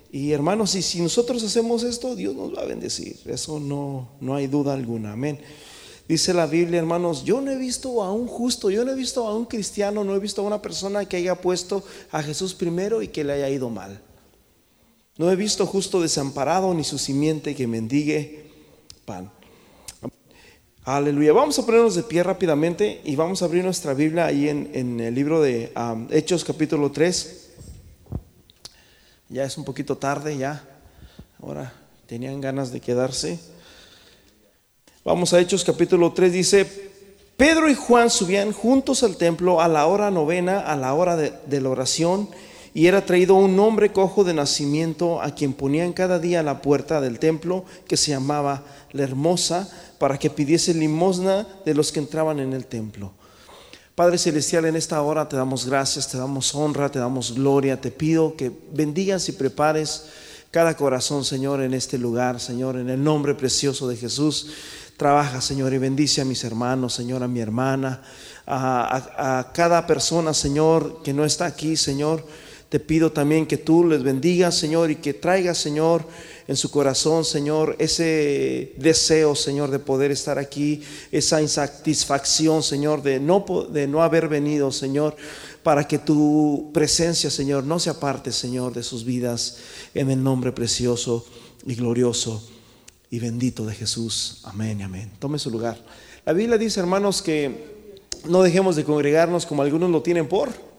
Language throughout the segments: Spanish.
Y hermanos, y si nosotros hacemos esto, Dios nos va a bendecir. Eso no hay duda alguna. Amén. Dice la Biblia, hermanos, yo no he visto a un justo, yo no he visto a un cristiano, no he visto a una persona que haya puesto a Jesús primero y que le haya ido mal. No he visto justo desamparado ni su simiente que mendigue pan. Aleluya. Vamos a ponernos de pie rápidamente y vamos a abrir nuestra Biblia ahí en el libro de Hechos capítulo 3. Ya es un poquito tarde ya. Ahora tenían ganas de quedarse. Vamos a Hechos capítulo 3. Dice: Pedro y Juan subían juntos al templo a la hora novena, a la hora de la oración, y era traído un hombre cojo de nacimiento, a quien ponían cada día a la puerta del templo, que se llamaba La Hermosa, para que pidiese limosna de los que entraban en el templo. Padre celestial, en esta hora te damos gracias, te damos honra, te damos gloria. Te pido que bendigas y prepares cada corazón, Señor, en este lugar, Señor, en el nombre precioso de Jesús. Trabaja, Señor, y bendice a mis hermanos, Señor, a mi hermana, a cada persona, Señor, que no está aquí, Señor. Te pido también que tú les bendigas, Señor, y que traigas, Señor, en su corazón, Señor, ese deseo, Señor, de poder estar aquí, esa insatisfacción, Señor, de no haber venido, Señor, para que tu presencia, Señor, no se aparte, Señor, de sus vidas, en el nombre precioso y glorioso y bendito de Jesús. Amén y amén. Tome su lugar. La Biblia dice, hermanos, que no dejemos de congregarnos como algunos lo tienen por.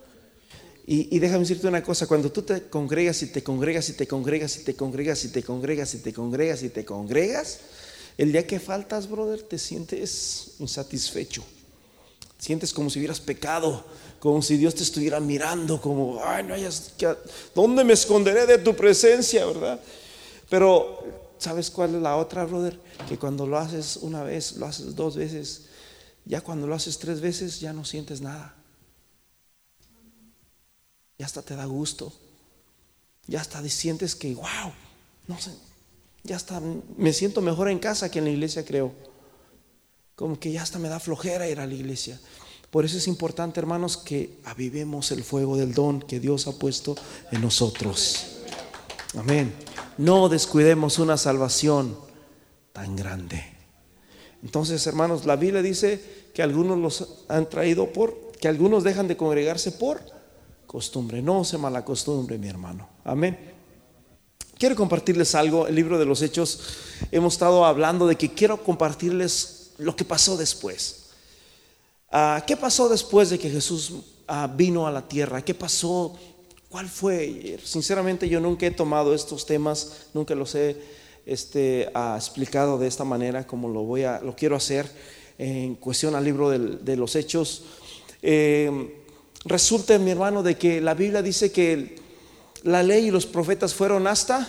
Y déjame decirte una cosa: cuando tú te congregas y te congregas y te congregas y te congregas y te congregas y te congregas y te congregas, el día que faltas, brother, te sientes insatisfecho. Sientes como si hubieras pecado, como si Dios te estuviera mirando, como, ay, no hayas, ¿dónde me esconderé de tu presencia, verdad? Pero ¿sabes cuál es la otra, brother? Que cuando lo haces una vez, lo haces 2 veces, ya cuando lo haces 3 veces, ya no sientes nada. Ya hasta te da gusto. Ya hasta sientes que, wow, no sé, ya hasta me siento mejor en casa que en la iglesia, creo. Como que ya hasta me da flojera ir a la iglesia. Por eso es importante, hermanos, que avivemos el fuego del don que Dios ha puesto en nosotros. Amén. No descuidemos una salvación tan grande. Entonces, hermanos, la Biblia dice que algunos los han traído que algunos dejan de congregarse por costumbre. No se malacostumbre, mi hermano. Amén. Quiero compartirles algo. El libro de los Hechos, hemos estado hablando de que quiero compartirles lo que pasó después. ¿Qué pasó después de que Jesús vino a la tierra? ¿Qué pasó? ¿Cuál fue? Sinceramente, yo nunca he tomado estos temas, nunca los he explicado de esta manera como lo quiero hacer en cuestión al libro de los Hechos. Resulta, mi hermano, de que la Biblia dice que la ley y los profetas fueron hasta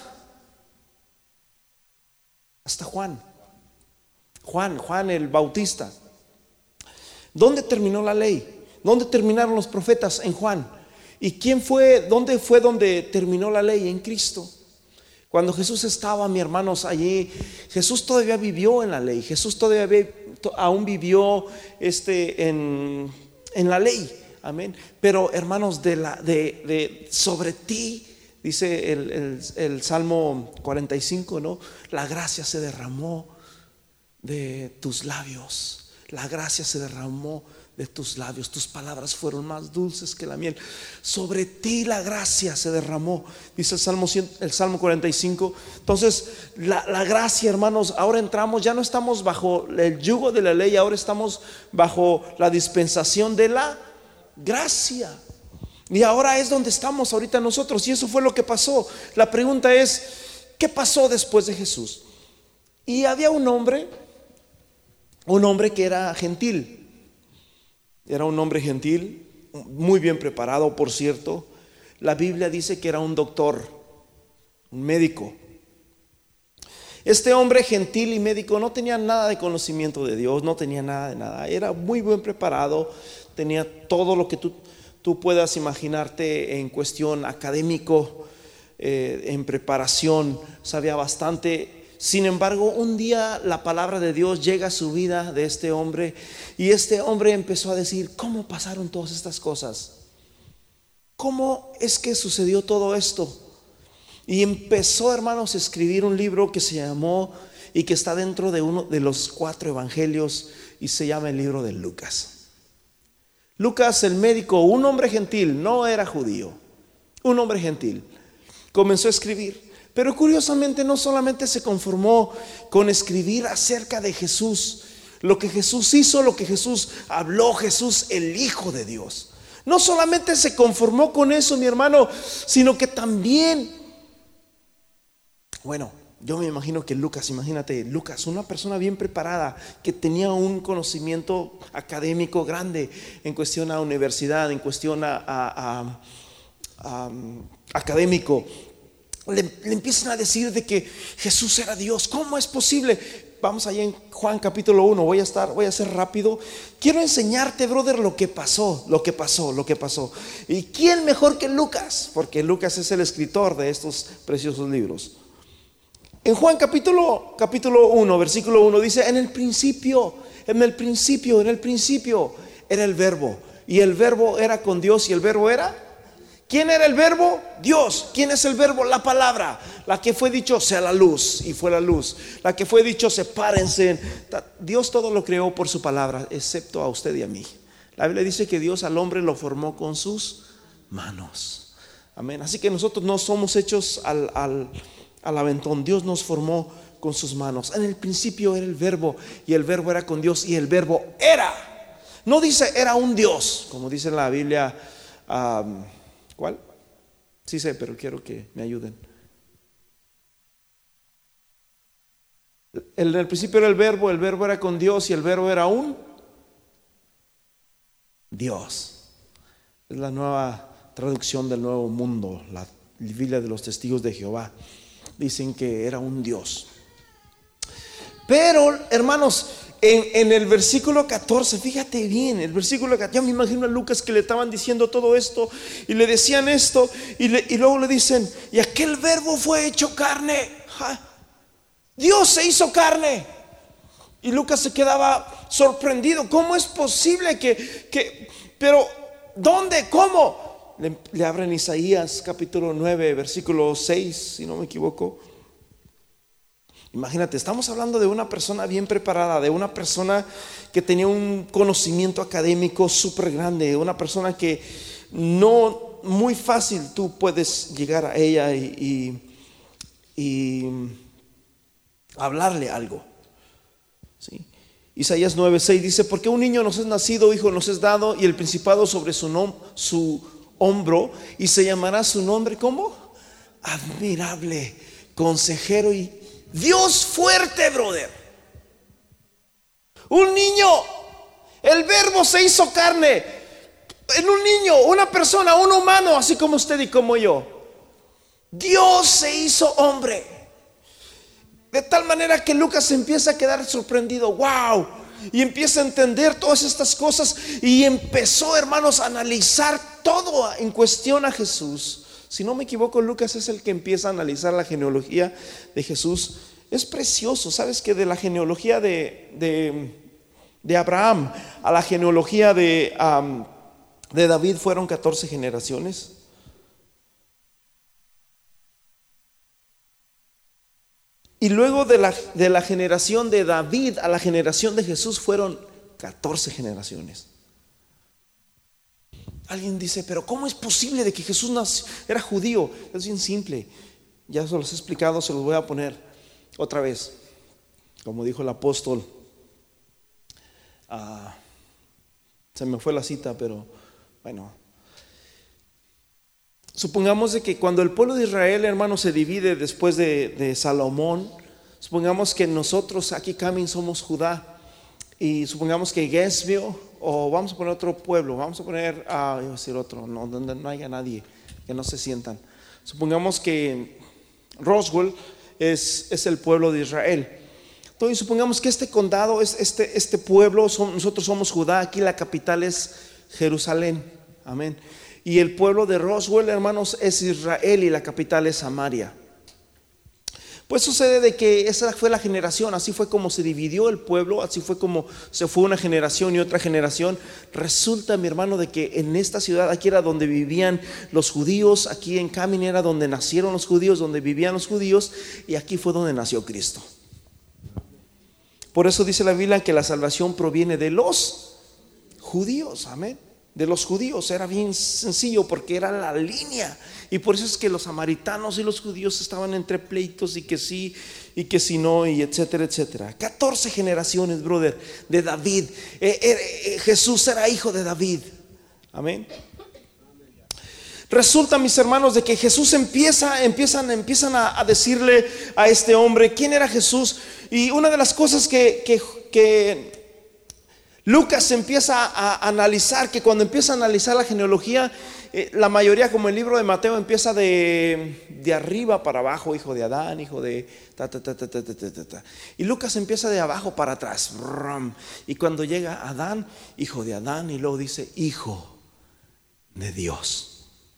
Juan el Bautista. ¿Dónde terminó la ley? ¿Dónde terminaron los profetas? En Juan. ¿Y dónde fue donde terminó la ley? En Cristo. Cuando Jesús estaba, mis hermanos, allí, Jesús todavía vivió en la ley. Jesús todavía aún vivió en la ley. Amén. Pero, hermanos, sobre ti, dice el Salmo 45, ¿no? La gracia se derramó de tus labios. La gracia se derramó de tus labios. Tus palabras fueron más dulces que la miel. Sobre ti la gracia se derramó, dice el Salmo 45. Entonces, la gracia, hermanos, ahora entramos, ya no estamos bajo el yugo de la ley, ahora estamos bajo la dispensación de la gracia. Y ahora es donde estamos ahorita nosotros. Y eso fue lo que pasó. La pregunta es, ¿qué pasó después de Jesús? Y había un hombre que era gentil. Era un hombre gentil, muy bien preparado, por cierto. La Biblia dice que era un doctor, un médico. Este hombre gentil y médico no tenía nada de conocimiento de Dios, no tenía nada de nada. Era muy bien preparado, tenía todo lo que tú puedas imaginarte en cuestión académico, en preparación, sabía bastante. Sin embargo, un día la palabra de Dios llega a su vida de este hombre, y este hombre empezó a decir: ¿cómo pasaron todas estas cosas? ¿Cómo es que sucedió todo esto? Y empezó, hermanos, a escribir un libro que se llamó y que está dentro de uno de los 4 evangelios y se llama el libro de Lucas. Lucas, el médico, un hombre gentil, no era judío, un hombre gentil, comenzó a escribir. Pero curiosamente no solamente se conformó con escribir acerca de Jesús, lo que Jesús hizo, lo que Jesús habló, Jesús el Hijo de Dios. No solamente se conformó con eso, mi hermano, sino que también, bueno, yo me imagino que Lucas, imagínate, Lucas, una persona bien preparada, que tenía un conocimiento académico grande en cuestión a universidad, en cuestión a académico, le empiezan a decir de que Jesús era Dios. ¿Cómo es posible? Vamos allá en Juan capítulo 1, voy a ser rápido. Quiero enseñarte, brother, lo que pasó. ¿Y quién mejor que Lucas? Porque Lucas es el escritor de estos preciosos libros. En Juan capítulo 1, versículo 1 dice: en el principio era el verbo, y el verbo era con Dios, y el verbo era... ¿Quién era el verbo? Dios. ¿Quién es el verbo? La palabra. La que fue dicho, sea la luz, y fue la luz. La que fue dicho, sepárense. Dios todo lo creó por su palabra, excepto a usted y a mí. La Biblia dice que Dios al hombre lo formó con sus manos. Amén. Así que nosotros no somos hechos al aventón. Dios nos formó con sus manos. En el principio era el verbo, y el verbo era con Dios, y el verbo era. No dice era un Dios, como dice en la Biblia. ¿Cuál? Sí sé, pero quiero que me ayuden. En el principio era el verbo era con Dios, y el verbo era un Dios. Es la nueva traducción del Nuevo Mundo, la Biblia de los Testigos de Jehová. Dicen que era un Dios. Pero, hermanos, en el versículo 14, fíjate bien, el versículo 14, yo me imagino a Lucas que le estaban diciendo todo esto y le decían esto y luego le dicen: y aquel verbo fue hecho carne. Dios se hizo carne. Y Lucas se quedaba sorprendido. ¿Cómo es posible pero ¿dónde? ¿Cómo? Le abren Isaías capítulo 9, versículo 6, si no me equivoco. Imagínate, estamos hablando de una persona bien preparada, de una persona que tenía un conocimiento académico súper grande, una persona que no muy fácil tú puedes llegar a ella y hablarle algo. ¿Sí? Isaías 9:6 dice: porque un niño nos es nacido, hijo nos es dado, y el principado sobre su hombro, y se llamará su nombre, ¿cómo? Admirable, consejero y Dios fuerte, brother. Un niño, el verbo se hizo carne. En un niño, una persona, un humano, así como usted y como yo. Dios se hizo hombre. De tal manera que Lucas empieza a quedar sorprendido. ¡Wow! Y empieza a entender todas estas cosas. Y empezó, hermanos, a analizar todo en cuestión a Jesús. Si no me equivoco, Lucas es el que empieza a analizar la genealogía de Jesús. Es precioso. ¿Sabes que de la genealogía de Abraham a la genealogía de David fueron 14 generaciones? Y luego de la generación de David a la generación de Jesús fueron 14 generaciones. Alguien dice: pero ¿cómo es posible de que Jesús era judío? Es bien simple. Ya se los he explicado, se los voy a poner otra vez. Como dijo el apóstol, se me fue la cita, pero bueno. Supongamos de que cuando el pueblo de Israel, hermano, se divide después de Salomón, supongamos que nosotros aquí Camin somos Judá, y supongamos que Gesbio, o vamos a poner otro pueblo, vamos a poner, iba a decir otro, no, donde no haya nadie, que no se sientan. Supongamos que Roswell es el pueblo de Israel. Entonces supongamos que este condado es este pueblo, nosotros somos Judá, aquí la capital es Jerusalén, amén. Y el pueblo de Roswell, hermanos, es Israel y la capital es Samaria. Pues sucede de que esa fue la generación, así fue como se dividió el pueblo, así fue como se fue una generación y otra generación. Resulta, mi hermano, de que en esta ciudad, aquí era donde vivían los judíos, aquí en Camin era donde nacieron los judíos, donde vivían los judíos, y aquí fue donde nació Cristo. Por eso dice la Biblia que la salvación proviene de los judíos, amén. De los judíos, era bien sencillo porque era la línea. Y por eso es que los samaritanos y los judíos estaban entre pleitos, y que sí y que sí no, y etcétera, etcétera. 14 generaciones, brother, de David. Jesús era hijo de David, amén. Resulta, mis hermanos, de que Jesús empiezan a decirle a este hombre quién era Jesús. Y una de las cosas que Lucas empieza a analizar, que cuando empieza a analizar la genealogía, la mayoría, como el libro de Mateo, empieza de arriba para abajo, hijo de Adán, hijo de y Lucas empieza de abajo para atrás. Y cuando llega a Adán, hijo de Adán, y luego dice hijo de Dios.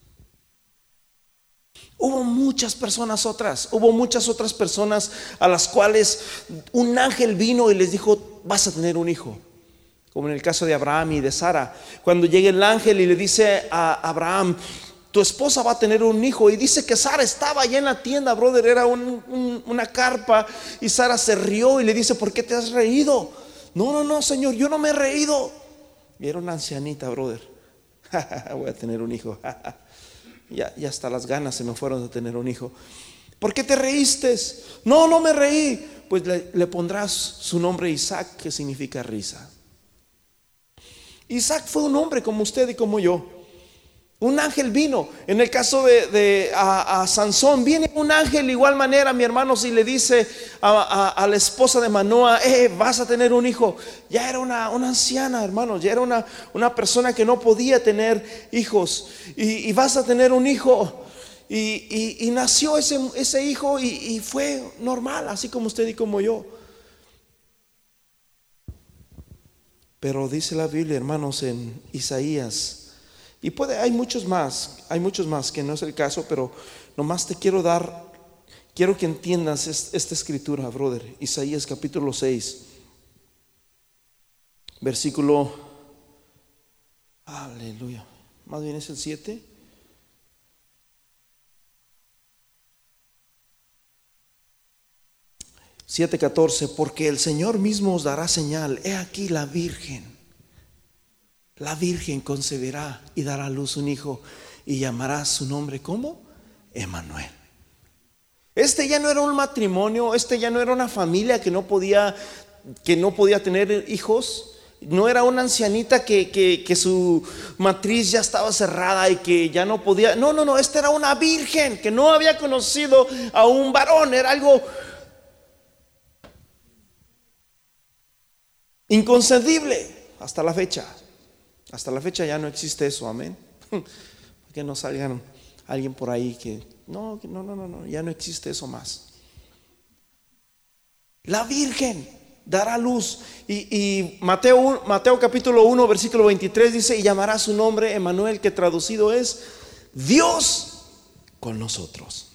Hubo muchas otras personas a las cuales un ángel vino y les dijo: vas a tener un hijo. Como en el caso de Abraham y de Sara, cuando llega el ángel y le dice a Abraham: tu esposa va a tener un hijo. Y dice que Sara estaba allá en la tienda, brother, era una carpa, y Sara se rió y le dice: ¿por qué te has reído? No, Señor, yo no me he reído. Y era una ancianita, brother. Voy a tener un hijo. Ya hasta las ganas se me fueron de tener un hijo. ¿Por qué te reíste? No me reí. Pues le pondrás su nombre Isaac, que significa risa. Isaac fue un hombre como usted y como yo. Un ángel vino. En el caso de Sansón, viene un ángel de igual manera, mi hermano, y le dice a la esposa de Manoa: vas a tener un hijo. Ya era una anciana, hermanos, ya era una persona que no podía tener hijos, y vas a tener un hijo. Y nació ese hijo, y fue normal, así como usted y como yo. Pero dice la Biblia, hermanos, en Isaías, y hay muchos más que no es el caso, pero nomás quiero que entiendas esta escritura, brother. Isaías capítulo 6, versículo, aleluya, más bien es el 7. (7:14) porque el Señor mismo os dará señal. He aquí la virgen concebirá y dará a luz un hijo, y llamará su nombre, ¿cómo? Emmanuel. Este ya no era un matrimonio, ya no era una familia que no podía tener hijos. No era una ancianita que su matriz ya estaba cerrada y que ya no podía. No, esta era una virgen que no había conocido a un varón. Era algo inconcebible hasta la fecha. Hasta la fecha ya no existe eso, amén. Que no salgan alguien por ahí que no, ya no existe eso más. La virgen dará luz. Y Mateo capítulo 1 versículo 23 dice: y llamará su nombre Emmanuel, que traducido es Dios con nosotros.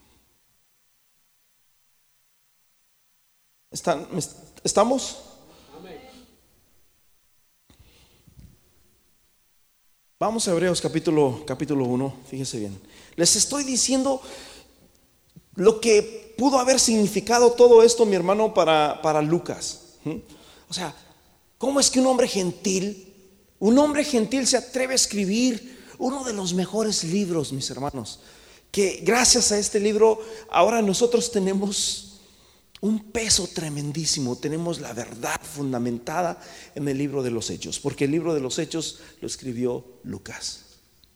¿Estamos? Vamos a Hebreos capítulo 1, fíjese bien. Les estoy diciendo lo que pudo haber significado todo esto, mi hermano, para Lucas. O sea, ¿cómo es que un hombre gentil se atreve a escribir uno de los mejores libros, mis hermanos? Que gracias a este libro ahora nosotros tenemos un peso tremendísimo. Tenemos la verdad fundamentada en el libro de los Hechos, porque el libro de los Hechos lo escribió Lucas.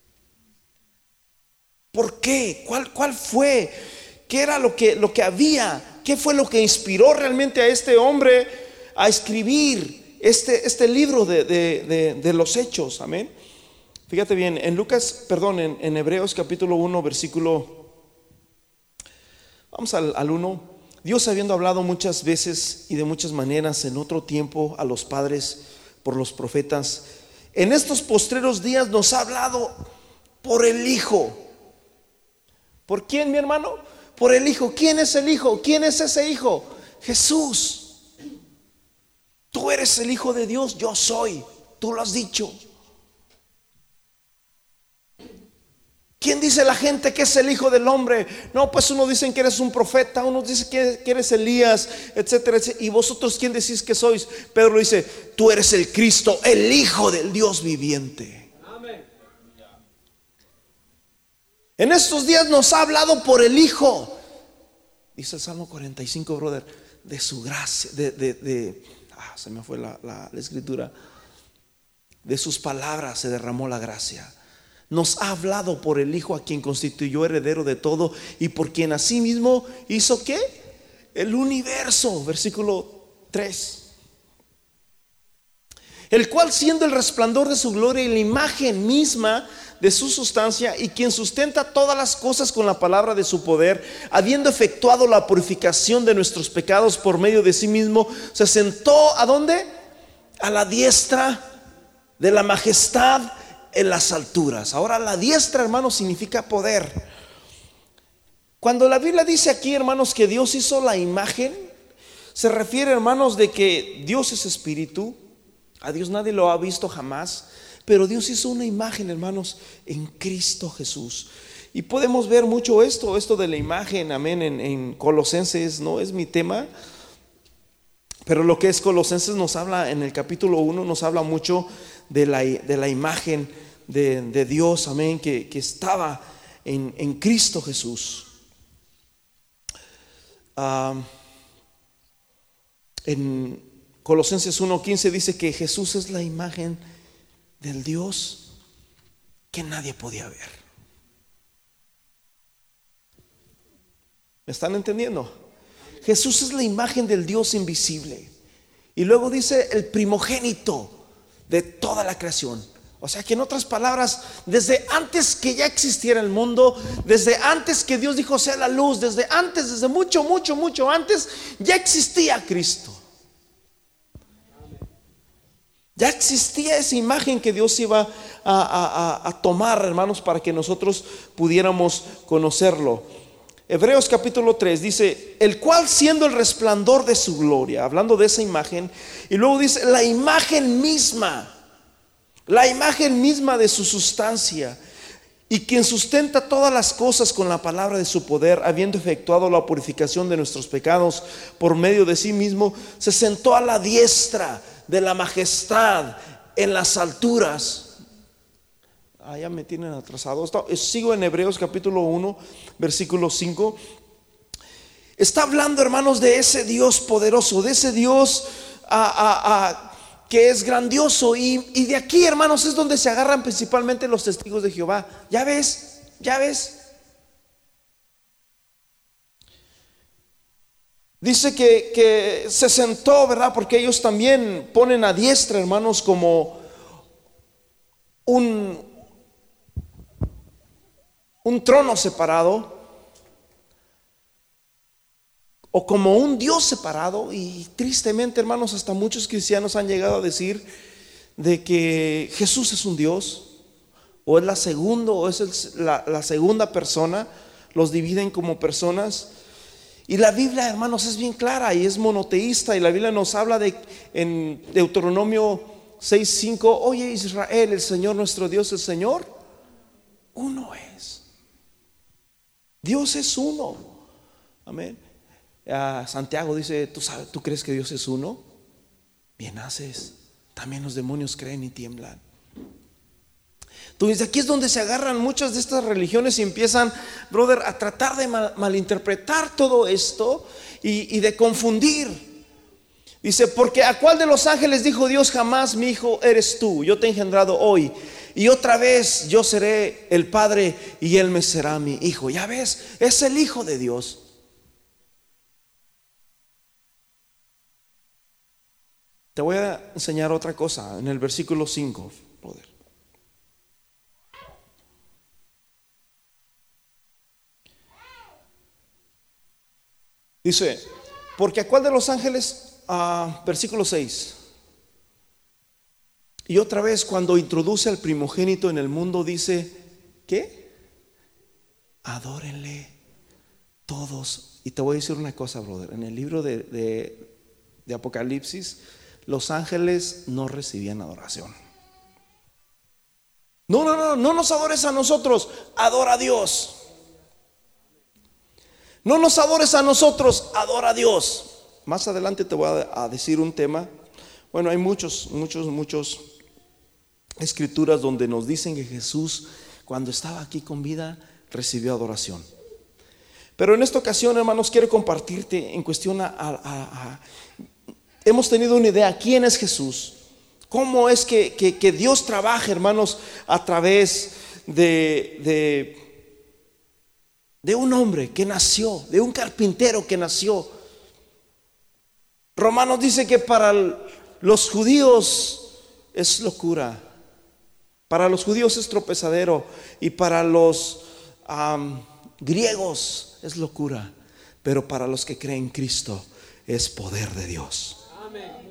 ¿Por qué? ¿Cuál fue? ¿Qué era lo que había? ¿Qué fue lo que inspiró realmente a este hombre a escribir este libro de los Hechos? Amén. Fíjate bien, en Hebreos capítulo 1 versículo, vamos al 1. Dios, habiendo hablado muchas veces y de muchas maneras en otro tiempo a los padres por los profetas, en estos postreros días nos ha hablado por el Hijo. ¿Por quién, mi hermano? por el Hijo. ¿Quién es el Hijo? ¿Quién es ese Hijo? Jesús. Tú eres el Hijo de Dios, yo soy. Tú lo has dicho. ¿Quién dice la gente que es el Hijo del Hombre? No, pues unos dicen que eres un profeta, unos dicen que eres Elías, etcétera, etcétera. ¿Y vosotros quién decís que sois? Pedro dice, tú eres el Cristo, el Hijo del Dios viviente. Amén. En estos días nos ha hablado por el Hijo. Dice el Salmo 45, brother, de su gracia, se me fue la escritura. De sus palabras se derramó la gracia. Nos ha hablado por el Hijo, a quien constituyó heredero de todo y por quien asimismo hizo ¿qué? El universo. Versículo 3. El cual, siendo el resplandor de su gloria y la imagen misma de su sustancia, y quien sustenta todas las cosas con la palabra de su poder, habiendo efectuado la purificación de nuestros pecados por medio de sí mismo, se sentó ¿a dónde? A la diestra de la majestad en las alturas. Ahora, la diestra, hermanos, significa poder. Cuando la Biblia dice aquí, hermanos, que Dios hizo la imagen, se refiere, hermanos, de que Dios es espíritu. A Dios nadie lo ha visto jamás, pero Dios hizo una imagen, hermanos, en Cristo Jesús. Y podemos ver mucho esto de la imagen, amén, en Colosenses. No es mi tema, pero lo que es Colosenses nos habla, en el capítulo 1 nos habla mucho de la imagen de Dios, amén, que estaba en Cristo Jesús. En Colosenses 1:15 dice que Jesús es la imagen del Dios que nadie podía ver. ¿Me están entendiendo? Jesús es la imagen del Dios invisible. Y luego dice el primogénito de toda la creación. O sea que, en otras palabras, desde antes que ya existiera el mundo, desde antes que Dios dijo sea la luz, desde antes, desde mucho, mucho, mucho antes, ya existía Cristo. Ya existía esa imagen que Dios iba a tomar, hermanos, para que nosotros pudiéramos conocerlo. Hebreos capítulo 3 dice, el cual, siendo el resplandor de su gloria, hablando de esa imagen, y luego dice la imagen misma de su sustancia, y quien sustenta todas las cosas con la palabra de su poder, habiendo efectuado la purificación de nuestros pecados por medio de sí mismo, se sentó a la diestra de la majestad en las alturas. Ya me tienen atrasado. Sigo en Hebreos capítulo 1 versículo 5. Está hablando, hermanos, de ese Dios poderoso, de ese Dios que es grandioso. Y de aquí, hermanos, es donde se agarran principalmente los testigos de Jehová. Ya ves. Dice que se sentó, ¿verdad? Porque ellos también ponen a diestra, hermanos, como un trono separado, o como un Dios separado. Y tristemente, hermanos, hasta muchos cristianos han llegado a decir de que Jesús es un Dios, o es la segunda persona. Los dividen como personas. Y la Biblia, hermanos, es bien clara y es monoteísta. Y la Biblia nos habla en Deuteronomio 6:5, oye Israel, el Señor nuestro Dios, el Señor uno es. Dios es uno. Amén. Santiago dice, ¿tú crees que Dios es uno? Bien haces. También los demonios creen y tiemblan. Entonces aquí es donde se agarran muchas de estas religiones y empiezan, brother, a tratar de malinterpretar todo esto y de confundir. Dice, porque ¿a cuál de los ángeles dijo Dios jamás, mi hijo eres tú? Yo te he engendrado hoy, y otra vez yo seré el padre y él me será mi hijo. Ya ves, es el Hijo de Dios. Te voy a enseñar otra cosa en el versículo 5, brother. Dice, porque ¿a cuál de los ángeles? Versículo 6. Y otra vez, cuando introduce al primogénito en el mundo, dice, ¿qué? Adórenle. Todos. Y te voy a decir una cosa, brother. En el libro de Apocalipsis, los ángeles no recibían adoración. No nos adores a nosotros, adora a Dios. No nos adores a nosotros, adora a Dios. Más adelante te voy a decir un tema. Bueno, hay muchos escrituras donde nos dicen que Jesús, cuando estaba aquí con vida, recibió adoración. Pero en esta ocasión, hermanos, quiero compartirte en cuestión hemos tenido una idea, ¿quién es Jesús? ¿Cómo es que Dios trabaja, hermanos, a través de un hombre que nació, de un carpintero que nació? Romanos dice que para los judíos es locura, para los judíos es tropezadero, y para los griegos es locura, pero para los que creen en Cristo es poder de Dios. Amén.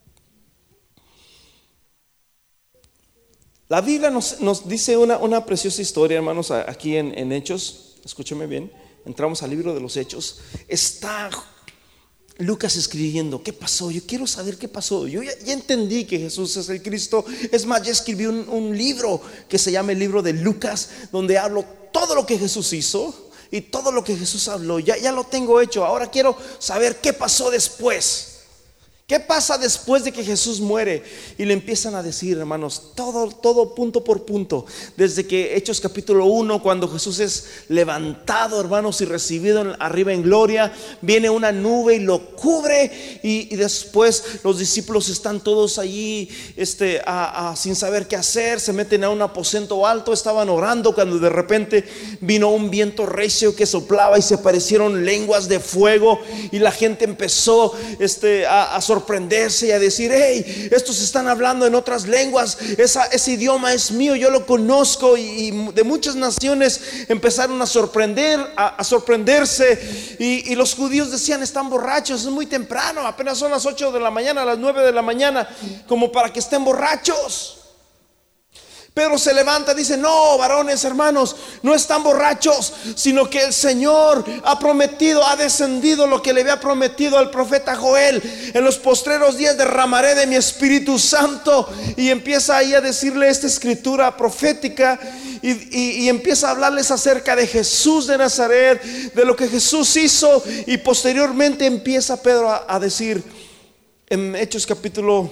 La Biblia nos dice una preciosa historia, hermanos, aquí en Hechos. Escúcheme bien, entramos al libro de los Hechos. Está Lucas escribiendo, ¿qué pasó? Yo quiero saber qué pasó. Yo ya entendí que Jesús es el Cristo. Es más, ya escribí un libro que se llama el libro de Lucas, donde hablo todo lo que Jesús hizo y todo lo que Jesús habló. Ya lo tengo hecho. Ahora quiero saber qué pasó después. ¿Qué pasa después de que Jesús muere? Y le empiezan a decir, hermanos, todo punto por punto. Desde que Hechos capítulo 1, cuando Jesús es levantado, hermanos, y recibido arriba en gloria, viene una nube y lo cubre. Y después los discípulos están todos allí sin saber qué hacer. Se meten a un aposento alto, estaban orando, cuando de repente vino un viento recio que soplaba y se aparecieron lenguas de fuego. Y la gente empezó a sorprenderse y a decir, hey, estos están hablando en otras lenguas, ese idioma es mío, yo lo conozco. Y de muchas naciones empezaron a sorprenderse, y los judíos decían, están borrachos, es muy temprano, apenas son las 8 de la mañana, las 9 de la mañana, como para que estén borrachos. Pedro se levanta y dice, no, varones, hermanos, no están borrachos, sino que el Señor ha descendido lo que le había prometido al profeta Joel: en los postreros días derramaré de mi Espíritu Santo. Y empieza ahí a decirle esta escritura profética, y empieza a hablarles acerca de Jesús de Nazaret, de lo que Jesús hizo. Y posteriormente empieza Pedro a decir en Hechos capítulo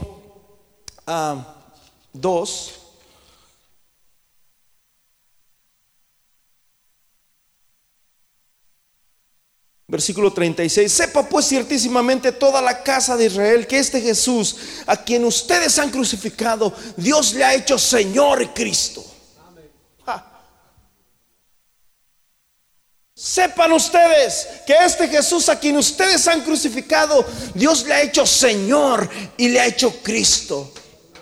2, versículo 36: sepa pues ciertísimamente toda la casa de Israel que este Jesús, a quien ustedes han crucificado, Dios le ha hecho Señor y Cristo. Sepan ustedes que este Jesús, a quien ustedes han crucificado, Dios le ha hecho Señor y le ha hecho Cristo.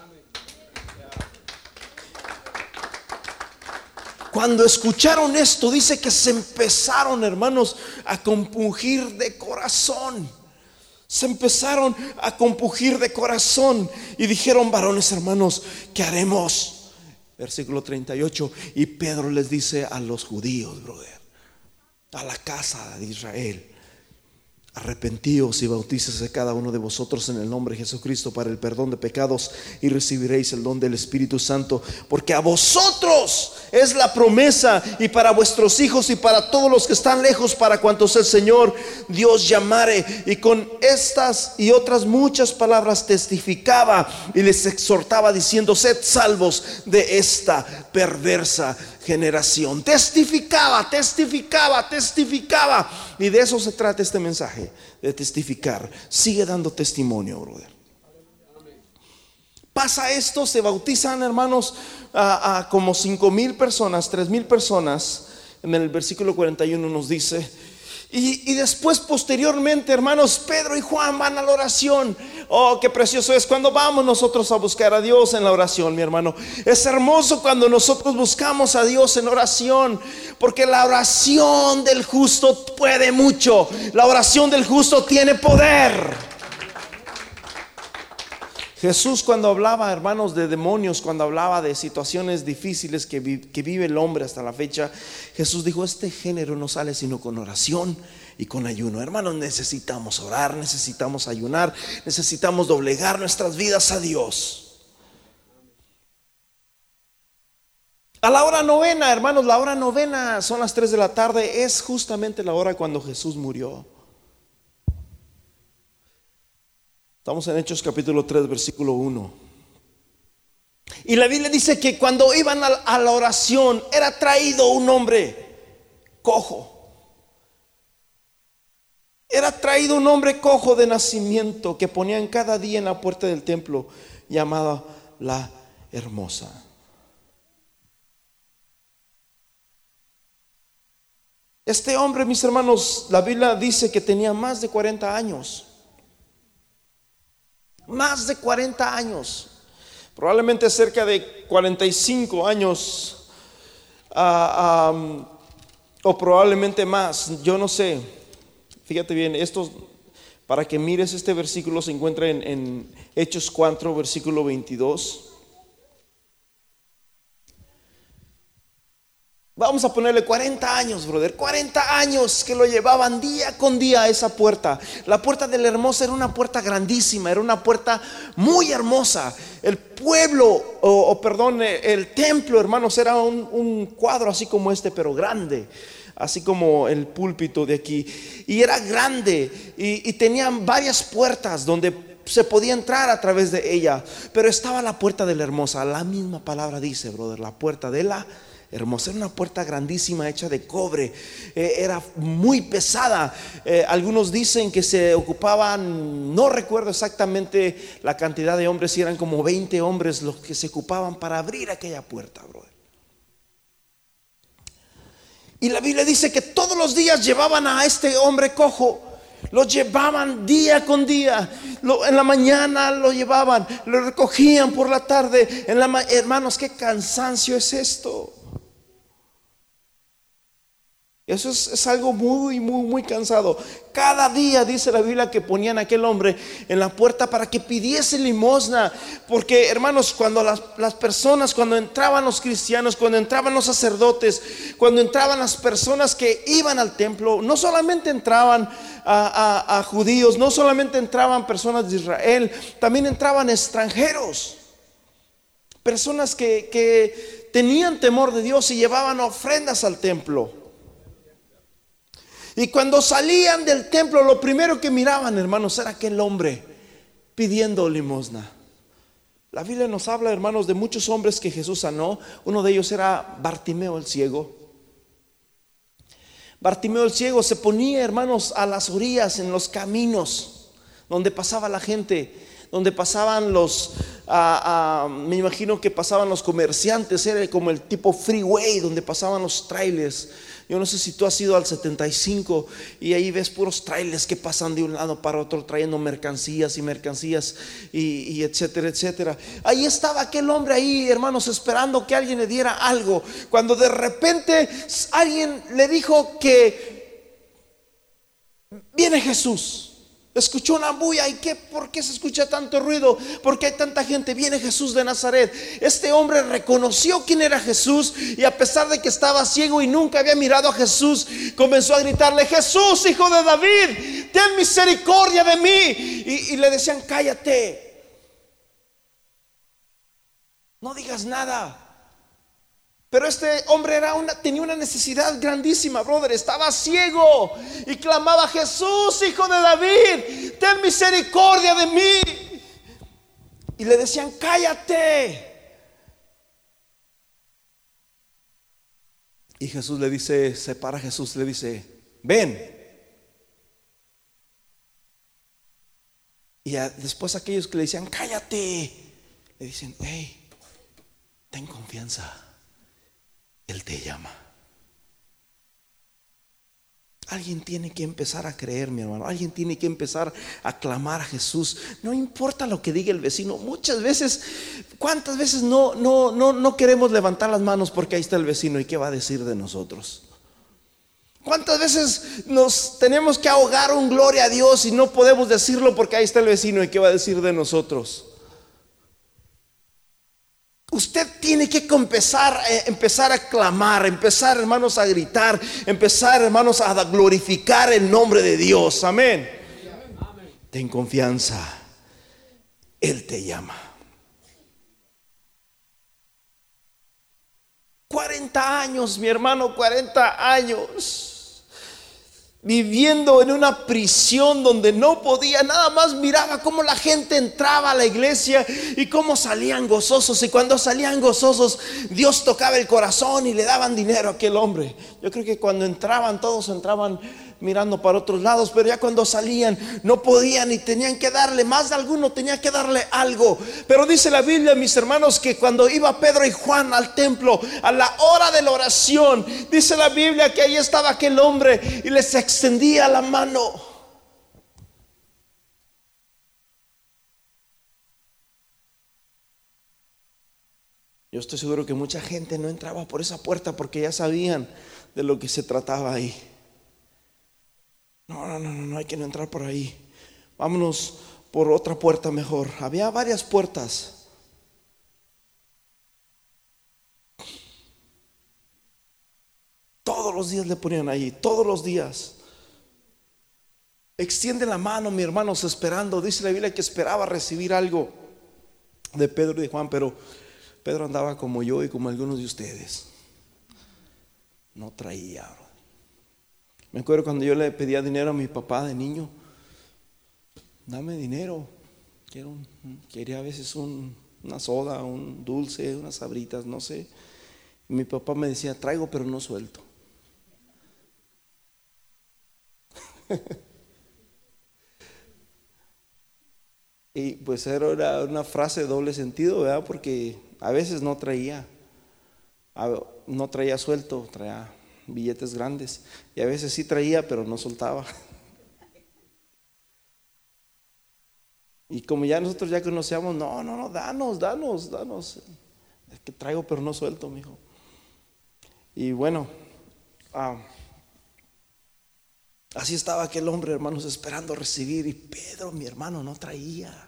Cuando escucharon esto, dice que se empezaron, hermanos, a compungir de corazón. Se empezaron a compungir de corazón y dijeron, varones, hermanos, ¿qué haremos? Versículo 38. Y Pedro les dice a los judíos, brother, a la casa de Israel: arrepentíos y bautícese cada uno de vosotros en el nombre de Jesucristo para el perdón de pecados, y recibiréis el don del Espíritu Santo, porque a vosotros es la promesa, y para vuestros hijos y para todos los que están lejos, para cuantos el Señor Dios llamare. Y con estas y otras muchas palabras testificaba y les exhortaba diciendo: sed salvos de esta perversa generación. Testificaba. Y de eso se trata este mensaje, de testificar. Sigue dando testimonio, brother. Pasa esto, se bautizan, hermanos, a como 5,000 personas, 3,000 personas. En el versículo 41 nos dice. Y después, posteriormente, hermanos, Pedro y Juan van a la oración. Oh, qué precioso es cuando vamos nosotros a buscar a Dios en la oración, mi hermano. Es hermoso cuando nosotros buscamos a Dios en oración, porque la oración del justo puede mucho. La oración del justo tiene poder. Jesús, cuando hablaba, hermanos, de demonios, cuando hablaba de situaciones difíciles que vive el hombre hasta la fecha, Jesús dijo: este género no sale sino con oración y con ayuno. Hermanos, necesitamos orar, necesitamos ayunar, necesitamos doblegar nuestras vidas a Dios. A la hora novena, hermanos, la hora novena son las 3 de la tarde, es justamente la hora cuando Jesús murió. Estamos en Hechos capítulo 3, versículo 1. Y la Biblia dice que cuando iban a la oración, era traído un hombre cojo. Era traído un hombre cojo de nacimiento, que ponían cada día en la puerta del templo, llamada la Hermosa. Este hombre, mis hermanos, la Biblia dice que tenía más de 40 años. Más de 40 años. Probablemente cerca de 45 años. O probablemente más. Yo no sé. Fíjate bien, para que mires este versículo, se encuentra en Hechos 4, versículo 22. Vamos a ponerle 40 años, brother. 40 años que lo llevaban día con día a esa puerta. La puerta de la Hermosa era una puerta grandísima, era una puerta muy hermosa. El pueblo, el templo, hermanos, era un cuadro así como este, pero grande, así como el púlpito de aquí. Y era grande y tenían varias puertas donde se podía entrar a través de ella. Pero estaba la puerta de la Hermosa. La misma palabra dice, brother, la puerta de la Hermosa. Era una puerta grandísima hecha de cobre. Era muy pesada. Algunos dicen que se ocupaban, no recuerdo exactamente la cantidad de hombres, si eran como 20 hombres los que se ocupaban para abrir aquella puerta, brother. Y la Biblia dice que todos los días llevaban a este hombre cojo. Lo llevaban día con día. En la mañana lo llevaban, lo recogían por la tarde. Hermanos, qué cansancio es esto. Eso es algo muy, muy, muy cansado. Cada día dice la Biblia que ponían a aquel hombre en la puerta para que pidiese limosna. Porque, hermanos, cuando las personas, cuando entraban los cristianos, cuando entraban los sacerdotes, cuando entraban las personas que iban al templo, no solamente entraban a judíos, no solamente entraban personas de Israel, también entraban extranjeros. Personas que tenían temor de Dios y llevaban ofrendas al templo. Y cuando salían del templo, lo primero que miraban, hermanos, era aquel hombre pidiendo limosna. La Biblia nos habla, hermanos, de muchos hombres que Jesús sanó. Uno de ellos era Bartimeo el ciego. Bartimeo el ciego se ponía, hermanos, a las orillas, en los caminos donde pasaba la gente, donde pasaban me imagino que pasaban los comerciantes. Era como el tipo freeway donde pasaban los trailers. Yo no sé si tú has ido al 75 y ahí ves puros trailers que pasan de un lado para otro trayendo mercancías y etcétera, etcétera. Ahí estaba aquel hombre ahí, hermanos, esperando que alguien le diera algo, cuando de repente alguien le dijo que viene Jesús. Escuchó una bulla. ¿Y por qué se escucha tanto ruido? ¿Por qué hay tanta gente? Viene Jesús de Nazaret. Este hombre reconoció quién era Jesús, y a pesar de que estaba ciego y nunca había mirado a Jesús, comenzó a gritarle: Jesús, hijo de David, ten misericordia de mí. Y le decían: cállate, no digas nada. Pero este hombre tenía una necesidad grandísima, brother. Estaba ciego y clamaba: Jesús, hijo de David, ten misericordia de mí. Y le decían: cállate. Y Jesús le dice, se para Jesús, le dice: ven. Y después aquellos que le decían: cállate, le dicen: hey, ten confianza, Él te llama. Alguien tiene que empezar a creer, mi hermano. Alguien tiene que empezar a clamar a Jesús. No importa lo que diga el vecino. Muchas veces, ¿cuántas veces no queremos levantar las manos porque ahí está el vecino y qué va a decir de nosotros? ¿Cuántas veces nos tenemos que ahogar un gloria a Dios y no podemos decirlo porque ahí está el vecino y qué va a decir de nosotros? Usted tiene que empezar a clamar, empezar, hermanos, a gritar, empezar, hermanos, a glorificar el nombre de Dios. Amén. Ten confianza, Él te llama. 40 años, mi hermano, 40 años viviendo en una prisión donde no podía, nada más miraba cómo la gente entraba a la iglesia y cómo salían gozosos, y cuando salían gozosos Dios tocaba el corazón y le daban dinero a aquel hombre. Yo creo que cuando entraban, todos entraban mirando para otros lados, pero ya cuando salían no podían y tenían que darle, más de alguno tenía que darle algo. Pero dice la Biblia, mis hermanos, que cuando iba Pedro y Juan al templo a la hora de la oración, dice la Biblia que ahí estaba aquel hombre y les extendía la mano. Yo estoy seguro que mucha gente no entraba por esa puerta porque ya sabían de lo que se trataba ahí. No hay que no entrar por ahí. Vámonos por otra puerta mejor. Había varias puertas. Todos los días le ponían ahí, todos los días. Extiende la mano, mi hermanos, esperando. Dice la Biblia que esperaba recibir algo de Pedro y de Juan, pero Pedro andaba como yo y como algunos de ustedes. No traía. Me acuerdo cuando yo le pedía dinero a mi papá de niño. Dame dinero. Quería a veces una soda, un dulce, unas sabritas, no sé. Y mi papá me decía, traigo pero no suelto. Y pues era una frase de doble sentido, ¿verdad? Porque a veces no traía suelto, traía billetes grandes, y a veces sí traía pero no soltaba. Y como ya nosotros ya conocíamos, no, danos. Es que traigo pero no suelto, mijo. Y bueno, así estaba aquel hombre, hermanos, esperando recibir. Y Pedro, mi hermano, no traía.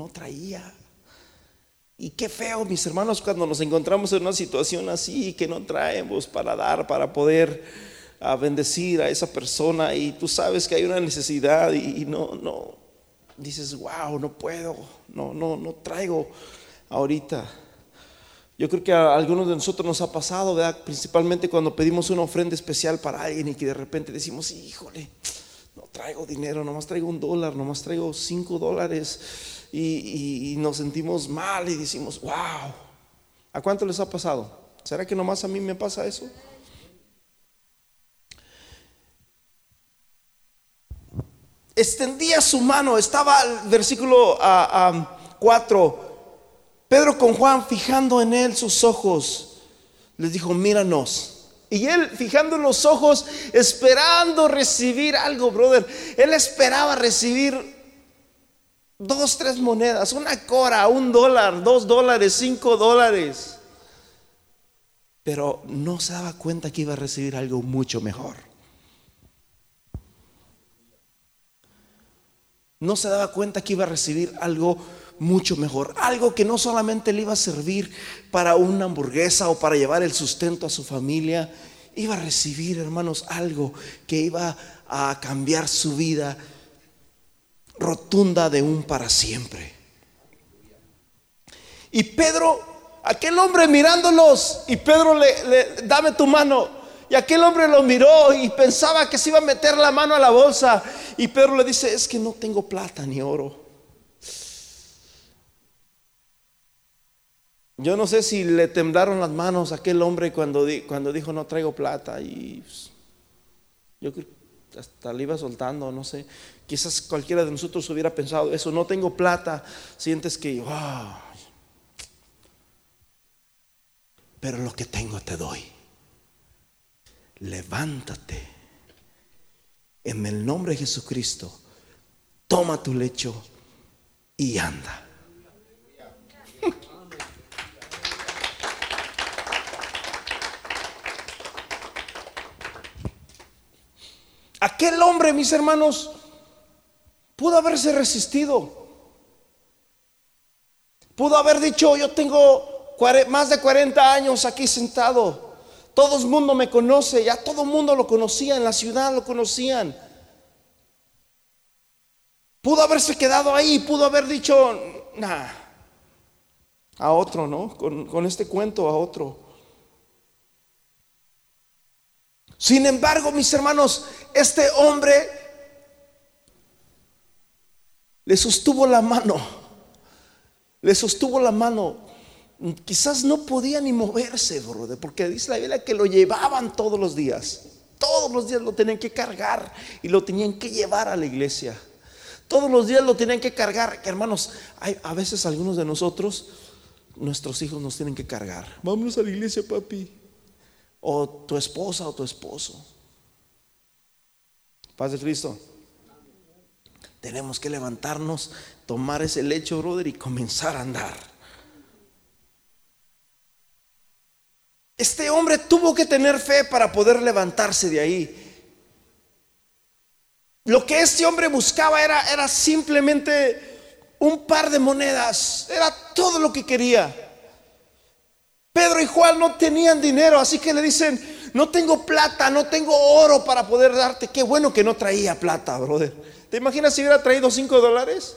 Y qué feo, mis hermanos, cuando nos encontramos en una situación así, que no traemos para dar, para poder bendecir a esa persona, y tú sabes que hay una necesidad y no dices, wow, no puedo, no traigo ahorita. Yo creo que a algunos de nosotros nos ha pasado, ¿verdad? Principalmente cuando pedimos una ofrenda especial para alguien y que de repente decimos, híjole, no traigo dinero, nomás traigo $1, nomás traigo $5, y nos sentimos mal y decimos, wow. ¿A cuánto les ha pasado? ¿Será que nomás a mí me pasa eso? Extendía su mano, estaba el versículo 4. Pedro con Juan, fijando en él sus ojos, les dijo, míranos. Y él, fijando en los ojos, esperando recibir algo, brother. Él esperaba recibir 2, 3 monedas, una cora, $1, $2, $5. Pero no se daba cuenta que iba a recibir algo mucho mejor. No se daba cuenta que iba a recibir algo mucho mejor, algo que no solamente le iba a servir para una hamburguesa o para llevar el sustento a su familia. Iba a recibir, hermanos, algo que iba a cambiar su vida rotunda de un para siempre. Y Pedro, aquel hombre mirándolos, y Pedro le dame tu mano. Y aquel hombre lo miró y pensaba que se iba a meter la mano a la bolsa, y Pedro le dice, es que no tengo plata ni oro. Yo no sé si le temblaron las manos a aquel hombre cuando dijo no traigo plata, y yo creo que hasta le iba soltando, no sé. Quizás cualquiera de nosotros hubiera pensado eso, no tengo plata, sientes que wow, pero lo que tengo te doy. Levántate en el nombre de Jesucristo, toma tu lecho y anda. Aquel hombre, mis hermanos, pudo haberse resistido. Pudo haber dicho, yo tengo más de 40 años aquí sentado. Todo el mundo me conoce, ya todo el mundo lo conocía, en la ciudad lo conocían. Pudo haberse quedado ahí, pudo haber dicho, nah, a otro, ¿no? Con este cuento a otro. Sin embargo, mis hermanos, este hombre le sostuvo la mano. Le sostuvo la mano. Quizás no podía ni moverse, brother, porque dice la Biblia que lo llevaban todos los días. Todos los días lo tenían que cargar y lo tenían que llevar a la iglesia. Todos los días lo tenían que cargar. Hermanos, a veces algunos de nosotros, nuestros hijos nos tienen que cargar. Vámonos a la iglesia, papi. O tu esposa o tu esposo. Paz de Cristo. Tenemos que levantarnos, tomar ese lecho, brother, y comenzar a andar. Este hombre tuvo que tener fe para poder levantarse de ahí. Lo que este hombre buscaba era simplemente un par de monedas. Era todo lo que quería. Pedro y Juan no tenían dinero, así que le dicen: no tengo plata, no tengo oro para poder darte. Qué bueno que no traía plata, brother. ¿Te imaginas si hubiera traído $5?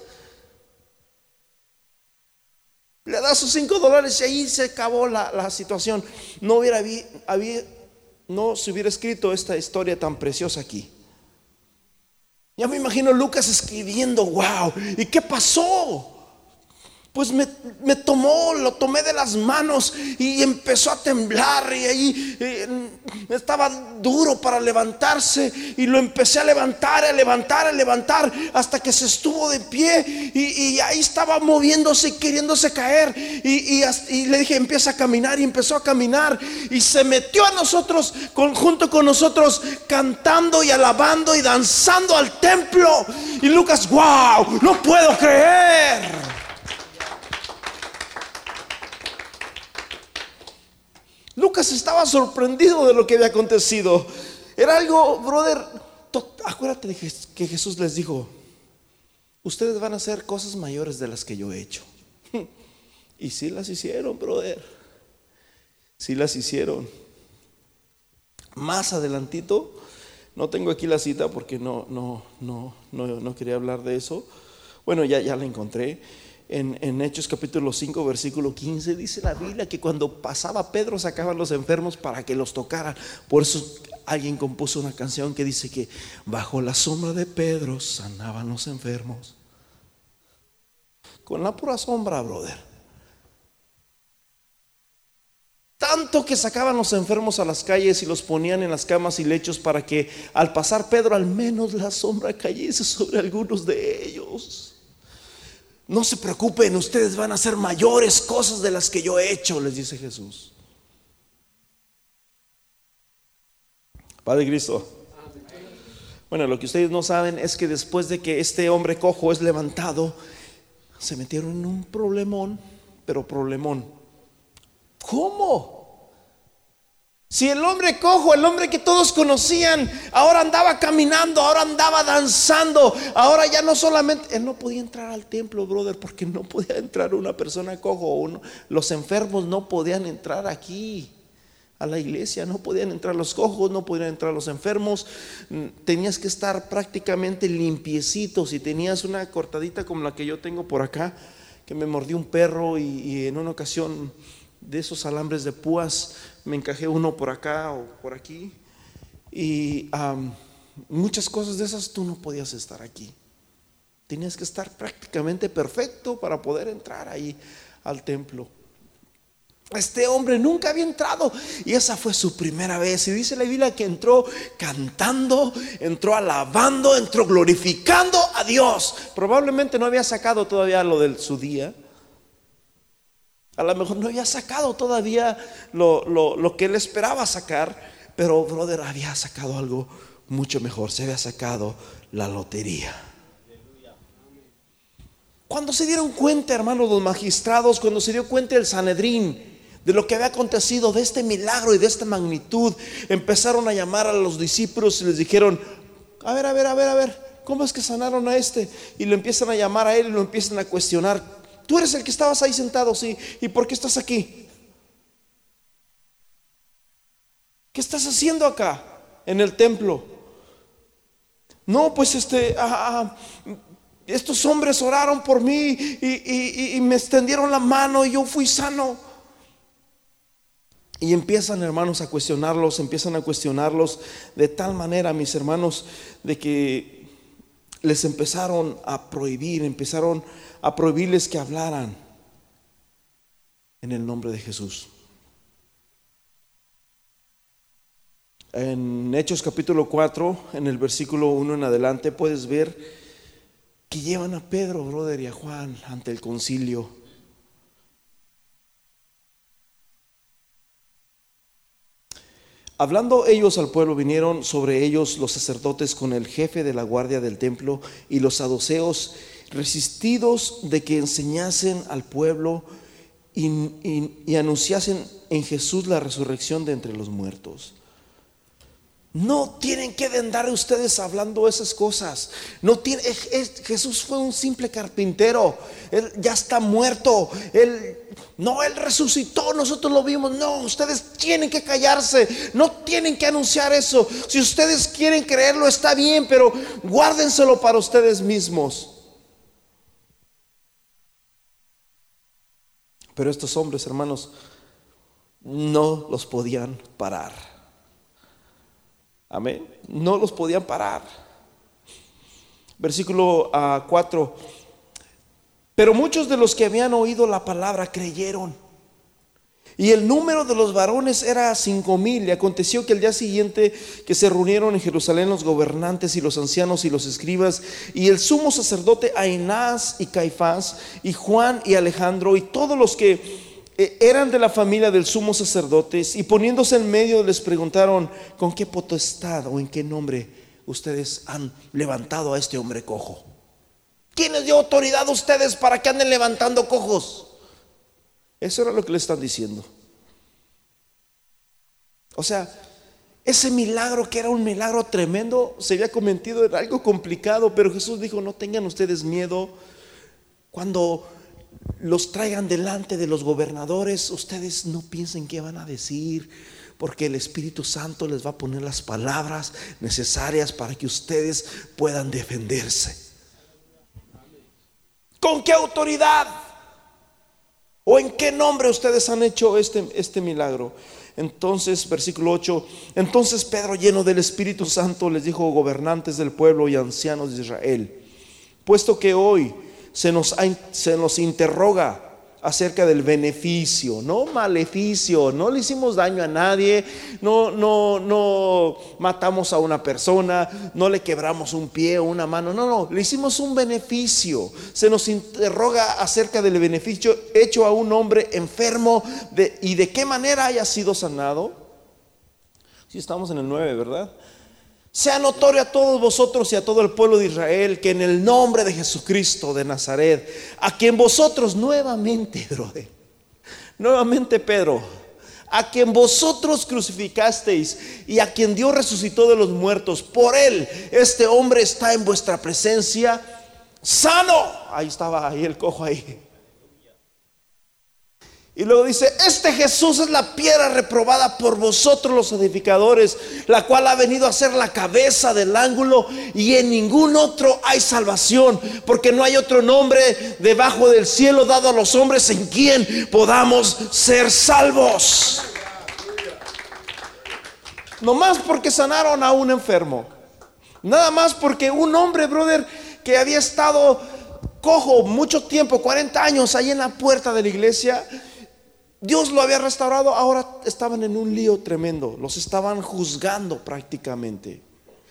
Le da sus $5 y ahí se acabó la situación. No se hubiera escrito esta historia tan preciosa aquí. Ya me imagino Lucas escribiendo: wow, ¿y qué pasó? Pues lo tomé de las manos y empezó a temblar, y ahí estaba duro para levantarse, y lo empecé a levantar, hasta que se estuvo de pie, y ahí estaba moviéndose y queriéndose caer, y le dije: empieza a caminar, y empezó a caminar, y se metió a nosotros, junto con nosotros, cantando y alabando y danzando al templo. Y Lucas: wow, no puedo creer. Lucas estaba sorprendido de lo que había acontecido. Era algo, brother. Acuérdate de que Jesús les dijo: ustedes van a hacer cosas mayores de las que yo he hecho. Y sí las hicieron, brother. Sí las hicieron. Más adelantito, no tengo aquí la cita porque no quería hablar de eso. Bueno, ya la encontré. En Hechos capítulo 5 versículo 15 dice la Biblia que cuando pasaba Pedro sacaban los enfermos para que los tocaran. Por eso alguien compuso una canción que dice que bajo la sombra de Pedro sanaban los enfermos. Con la pura sombra, brother. Tanto que sacaban los enfermos a las calles y los ponían en las camas y lechos para que al pasar Pedro al menos la sombra cayese sobre algunos de ellos. No se preocupen, ustedes van a hacer mayores cosas de las que yo he hecho, les dice Jesús. Padre Cristo. Bueno, lo que ustedes no saben es que después de que este hombre cojo es levantado, se metieron en un problemón, pero problemón. ¿Cómo? Si el hombre cojo, el hombre que todos conocían, ahora andaba caminando, ahora andaba danzando, ahora ya no solamente, él no podía entrar al templo, brother, porque no podía entrar una persona cojo. Los enfermos no podían entrar aquí a la iglesia, no podían entrar los cojos, no podían entrar los enfermos. Tenías que estar prácticamente limpiecito. Si tenías una cortadita como la que yo tengo por acá, que me mordió un perro, y en una ocasión de esos alambres de púas me encajé uno por acá o por aquí, y muchas cosas de esas tú no podías estar aquí. Tenías que estar prácticamente perfecto para poder entrar ahí al templo. Este hombre nunca había entrado y esa fue su primera vez. Y dice la Biblia que entró cantando, entró alabando, entró glorificando a Dios. Probablemente no había sacado todavía lo de su día. A lo mejor no había sacado todavía lo que él esperaba sacar, pero brother, había sacado algo mucho mejor. Se había sacado la lotería. Cuando se dieron cuenta, hermanos, los magistrados, cuando se dio cuenta el Sanedrín de lo que había acontecido, de este milagro y de esta magnitud, empezaron a llamar a los discípulos y les dijeron: a ver, ¿cómo es que sanaron a este? Y lo empiezan a llamar a él y lo empiezan a cuestionar. Tú eres el que estabas ahí sentado, sí. ¿Y por qué estás aquí? ¿qué estás haciendo acá en el templo? No, pues estos hombres oraron por mí y me extendieron la mano y yo fui sano. Y empiezan, hermanos, empiezan a cuestionarlos de tal manera, mis hermanos, de que les empezaron a prohibirles que hablaran en el nombre de Jesús. En Hechos capítulo 4, en el versículo 1 en adelante, puedes ver que llevan a Pedro, brother, y a Juan ante el concilio. Hablando ellos al pueblo, vinieron sobre ellos los sacerdotes con el jefe de la guardia del templo y los saduceos, resistidos de que enseñasen al pueblo y anunciasen en Jesús la resurrección de entre los muertos. No tienen que andar ustedes hablando esas cosas. Jesús fue un simple carpintero. Él ya está muerto. Él resucitó, nosotros lo vimos. No, ustedes tienen que callarse. No tienen que anunciar eso. Si ustedes quieren creerlo, está bien, pero guárdenselo para ustedes mismos. Pero estos hombres, hermanos, no los podían parar. Amén. No los podían parar. Versículo 4. Pero muchos de los que habían oído la palabra creyeron. Y el número de los varones era 5,000. Y aconteció que el día siguiente que se reunieron en Jerusalén los gobernantes y los ancianos y los escribas y el sumo sacerdote Anás y Caifás y Juan y Alejandro y todos los que eran de la familia del sumo sacerdote, y poniéndose en medio les preguntaron: ¿con qué potestad o en qué nombre ustedes han levantado a este hombre cojo? ¿Quién les dio autoridad a ustedes para que anden levantando cojos? Eso era lo que le están diciendo. O sea, ese milagro, que era un milagro tremendo, se había convertido en algo complicado. Pero Jesús dijo: no tengan ustedes miedo. Cuando los traigan delante de los gobernadores, ustedes no piensen qué van a decir, porque el Espíritu Santo les va a poner las palabras necesarias para que ustedes puedan defenderse. ¿Con qué autoridad o en qué nombre ustedes han hecho este milagro? Entonces, versículo 8: entonces Pedro, lleno del Espíritu Santo, les dijo: gobernantes del pueblo y ancianos de Israel, puesto que hoy se nos interroga acerca del beneficio, no maleficio. No le hicimos daño a nadie, no matamos a una persona, no le quebramos un pie o una mano, no, le hicimos un beneficio. Se nos interroga acerca del beneficio hecho a un hombre enfermo y de qué manera haya sido sanado. Si estamos en el 9, ¿verdad? Sea notorio a todos vosotros y a todo el pueblo de Israel que en el nombre de Jesucristo de Nazaret, a quien vosotros nuevamente Pedro, a quien vosotros crucificasteis y a quien Dios resucitó de los muertos, por él este hombre está en vuestra presencia sano. Ahí estaba el cojo ahí. Y luego dice: este Jesús es la piedra reprobada por vosotros los edificadores, la cual ha venido a ser la cabeza del ángulo, y en ningún otro hay salvación, porque no hay otro nombre debajo del cielo dado a los hombres en quien podamos ser salvos. No más porque sanaron a un enfermo, nada más porque un hombre, brother, que había estado cojo mucho tiempo, 40 años ahí en la puerta de la iglesia, Dios lo había restaurado. Ahora estaban en un lío tremendo, los estaban juzgando prácticamente.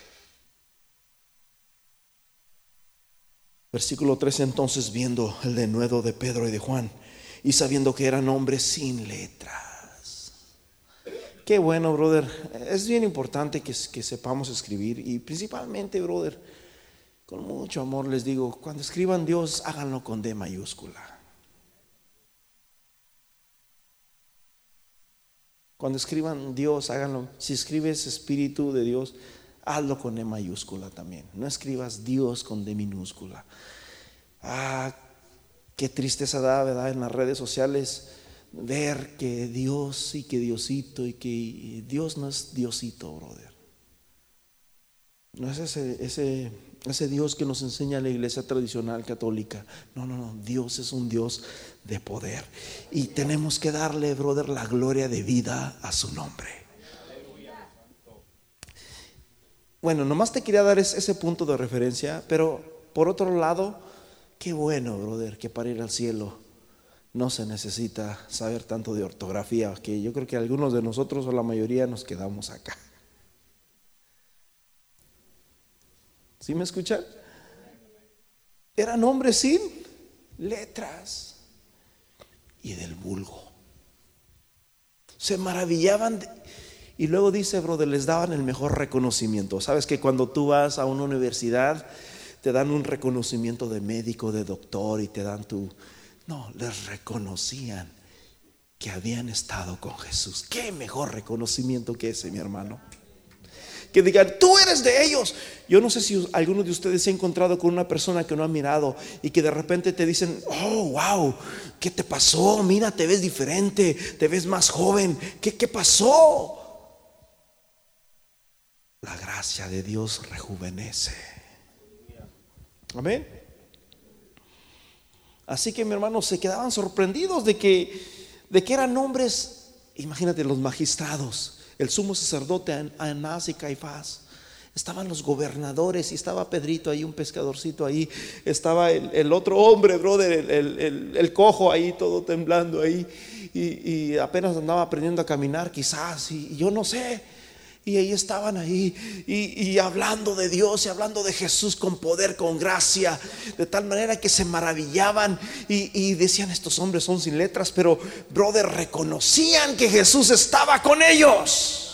Versículo 13: entonces, viendo el denuedo de Pedro y de Juan, y sabiendo que eran hombres sin letras. Qué bueno, brother. Es bien importante que sepamos escribir, y principalmente, brother, con mucho amor les digo, cuando escriban Dios, háganlo con D mayúscula. Cuando escriban Dios, háganlo. Si escribes Espíritu de Dios, hazlo con E mayúscula también. No escribas Dios con D minúscula. Qué tristeza da, ¿verdad? En las redes sociales, ver que Dios y que Diosito y que Dios no es Diosito, brother. No es ese Dios que nos enseña la iglesia tradicional católica. No, no, no. Dios es un Dios de poder. Y tenemos que darle, brother, la gloria de vida a su nombre. Bueno, nomás te quería dar ese punto de referencia. Pero por otro lado, qué bueno, brother, que para ir al cielo no se necesita saber tanto de ortografía, que yo creo que algunos de nosotros o la mayoría nos quedamos acá. ¿Sí me escuchan? Eran hombres sin letras y del vulgo. Se maravillaban y luego dice, brother, les daban el mejor reconocimiento. Sabes que cuando tú vas a una universidad te dan un reconocimiento de médico, de doctor, y te dan no, les reconocían que habían estado con Jesús. Qué mejor reconocimiento que ese, mi hermano. Que digan, tú eres de ellos. Yo no sé si alguno de ustedes se ha encontrado con una persona que no ha mirado y que de repente te dicen, oh, wow, ¿qué te pasó? Mira, te ves diferente, te ves más joven. ¿Qué pasó? La gracia de Dios rejuvenece. Amén. Así que, mi hermano, se quedaban sorprendidos de que eran hombres. Imagínate, los magistrados, el sumo sacerdote Anás y Caifás, estaban los gobernadores y estaba Pedrito ahí, un pescadorcito ahí, estaba el otro hombre, brother, el cojo ahí, todo temblando ahí, y apenas andaba aprendiendo a caminar quizás, y yo no sé. Y ahí estaban ahí y hablando de Dios y hablando de Jesús con poder, con gracia, de tal manera que se maravillaban y decían, estos hombres son sin letras, pero brother, reconocían que Jesús estaba con ellos.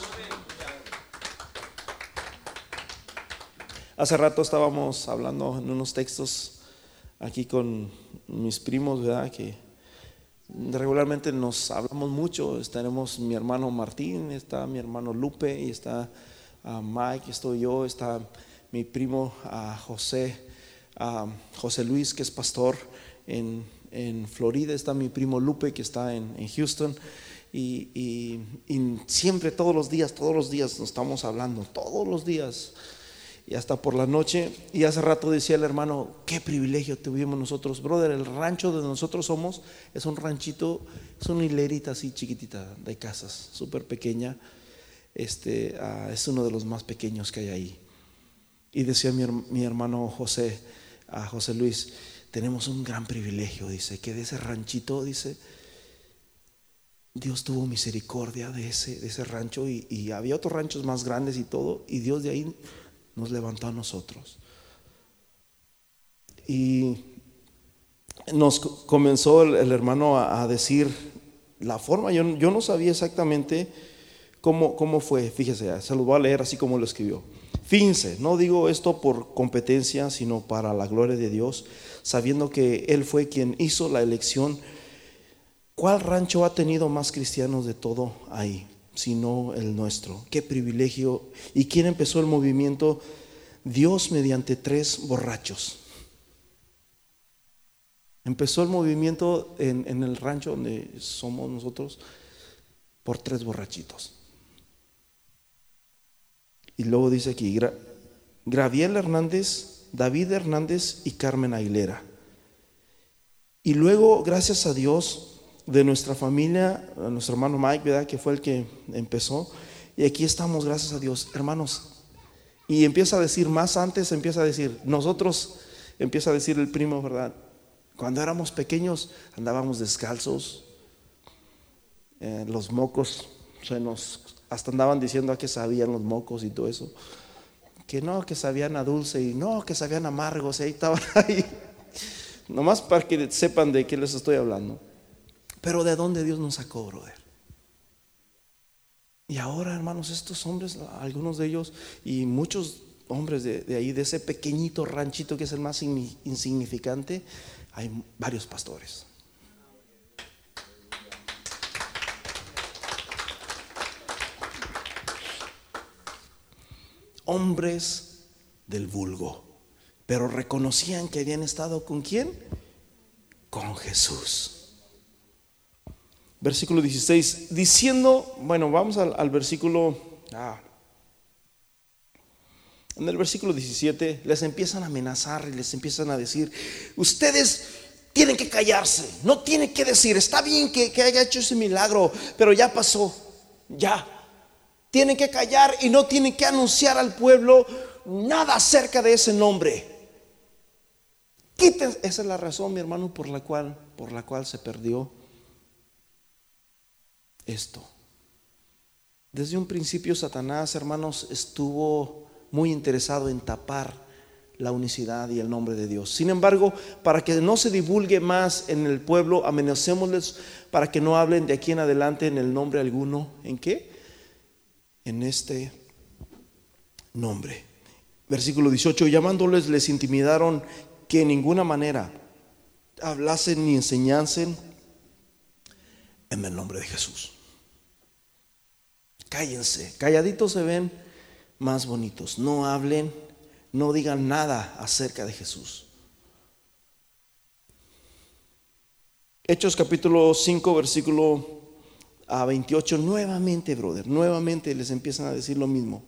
Hace rato estábamos hablando en unos textos aquí con mis primos, ¿verdad? Que regularmente nos hablamos mucho. Tenemos mi hermano Martín, está mi hermano Lupe, y está Mike, estoy yo, está mi primo José Luis, que es pastor en Florida, está mi primo Lupe, que está en Houston, y siempre todos los días nos estamos hablando, todos los días. Y hasta por la noche. Y hace rato decía el hermano, qué privilegio tuvimos nosotros, brother. El rancho donde nosotros somos es un ranchito, es una hilerita así chiquitita de casas, súper pequeña. Es uno de los más pequeños que hay ahí. Y decía mi hermano José Luis, tenemos un gran privilegio, dice, que de ese ranchito, dice, Dios tuvo misericordia de ese rancho, y había otros ranchos más grandes y todo, y Dios de ahí nos levantó a nosotros. Y nos comenzó el hermano a decir la forma. Yo no sabía exactamente cómo fue. Fíjese, se lo voy a leer así como lo escribió. Fíjense, no digo esto por competencia, sino para la gloria de Dios, sabiendo que Él fue quien hizo la elección. ¿Cuál rancho ha tenido más cristianos de todo ahí, sino el nuestro? Qué privilegio. ¿Y quién empezó el movimiento? Dios, mediante 3 borrachos. Empezó el movimiento en el rancho donde somos nosotros por 3 borrachitos. Y luego dice aquí, Graviel Hernández, David Hernández y Carmen Aguilera. Y luego, gracias a Dios, de nuestra familia, a nuestro hermano Mike, ¿verdad? Que fue el que empezó. Y aquí estamos, gracias a Dios, hermanos. Y empieza a decir, más antes empieza a decir, nosotros, empieza a decir el primo, ¿verdad? Cuando éramos pequeños andábamos descalzos, los mocos hasta andaban diciendo a qué sabían los mocos y todo eso, que no, que sabían a dulce, y no, que sabían amargos, y ahí estaban ahí, nomás para que sepan de qué les estoy hablando. Pero ¿de dónde Dios nos sacó, brother? Y ahora, hermanos, estos hombres, algunos de ellos y muchos hombres de ahí, de ese pequeñito ranchito que es el más insignificante, hay varios pastores. Hombres del vulgo, pero reconocían que habían estado ¿con quién? Con Jesús. Versículo 16, diciendo, bueno, vamos al versículo, en el versículo 17 les empiezan a amenazar y les empiezan a decir: ustedes tienen que callarse, no tienen que decir, está bien que haya hecho ese milagro, pero ya pasó, ya. Tienen que callar y no tienen que anunciar al pueblo nada acerca de ese nombre. Esa es la razón, mi hermano, por la cual se perdió esto. Desde un principio Satanás, hermanos, estuvo muy interesado en tapar la unicidad y el nombre de Dios. Sin embargo, para que no se divulgue más en el pueblo, amenacémosles para que no hablen de aquí en adelante en el nombre alguno. ¿En qué? En este nombre. Versículo 18, llamándoles les intimidaron que en ninguna manera hablasen ni enseñasen en el nombre de Jesús. Cállense, calladitos se ven más bonitos. No hablen, no digan nada acerca de Jesús. Hechos capítulo 5 versículo 28, nuevamente, brother, nuevamente les empiezan a decir lo mismo.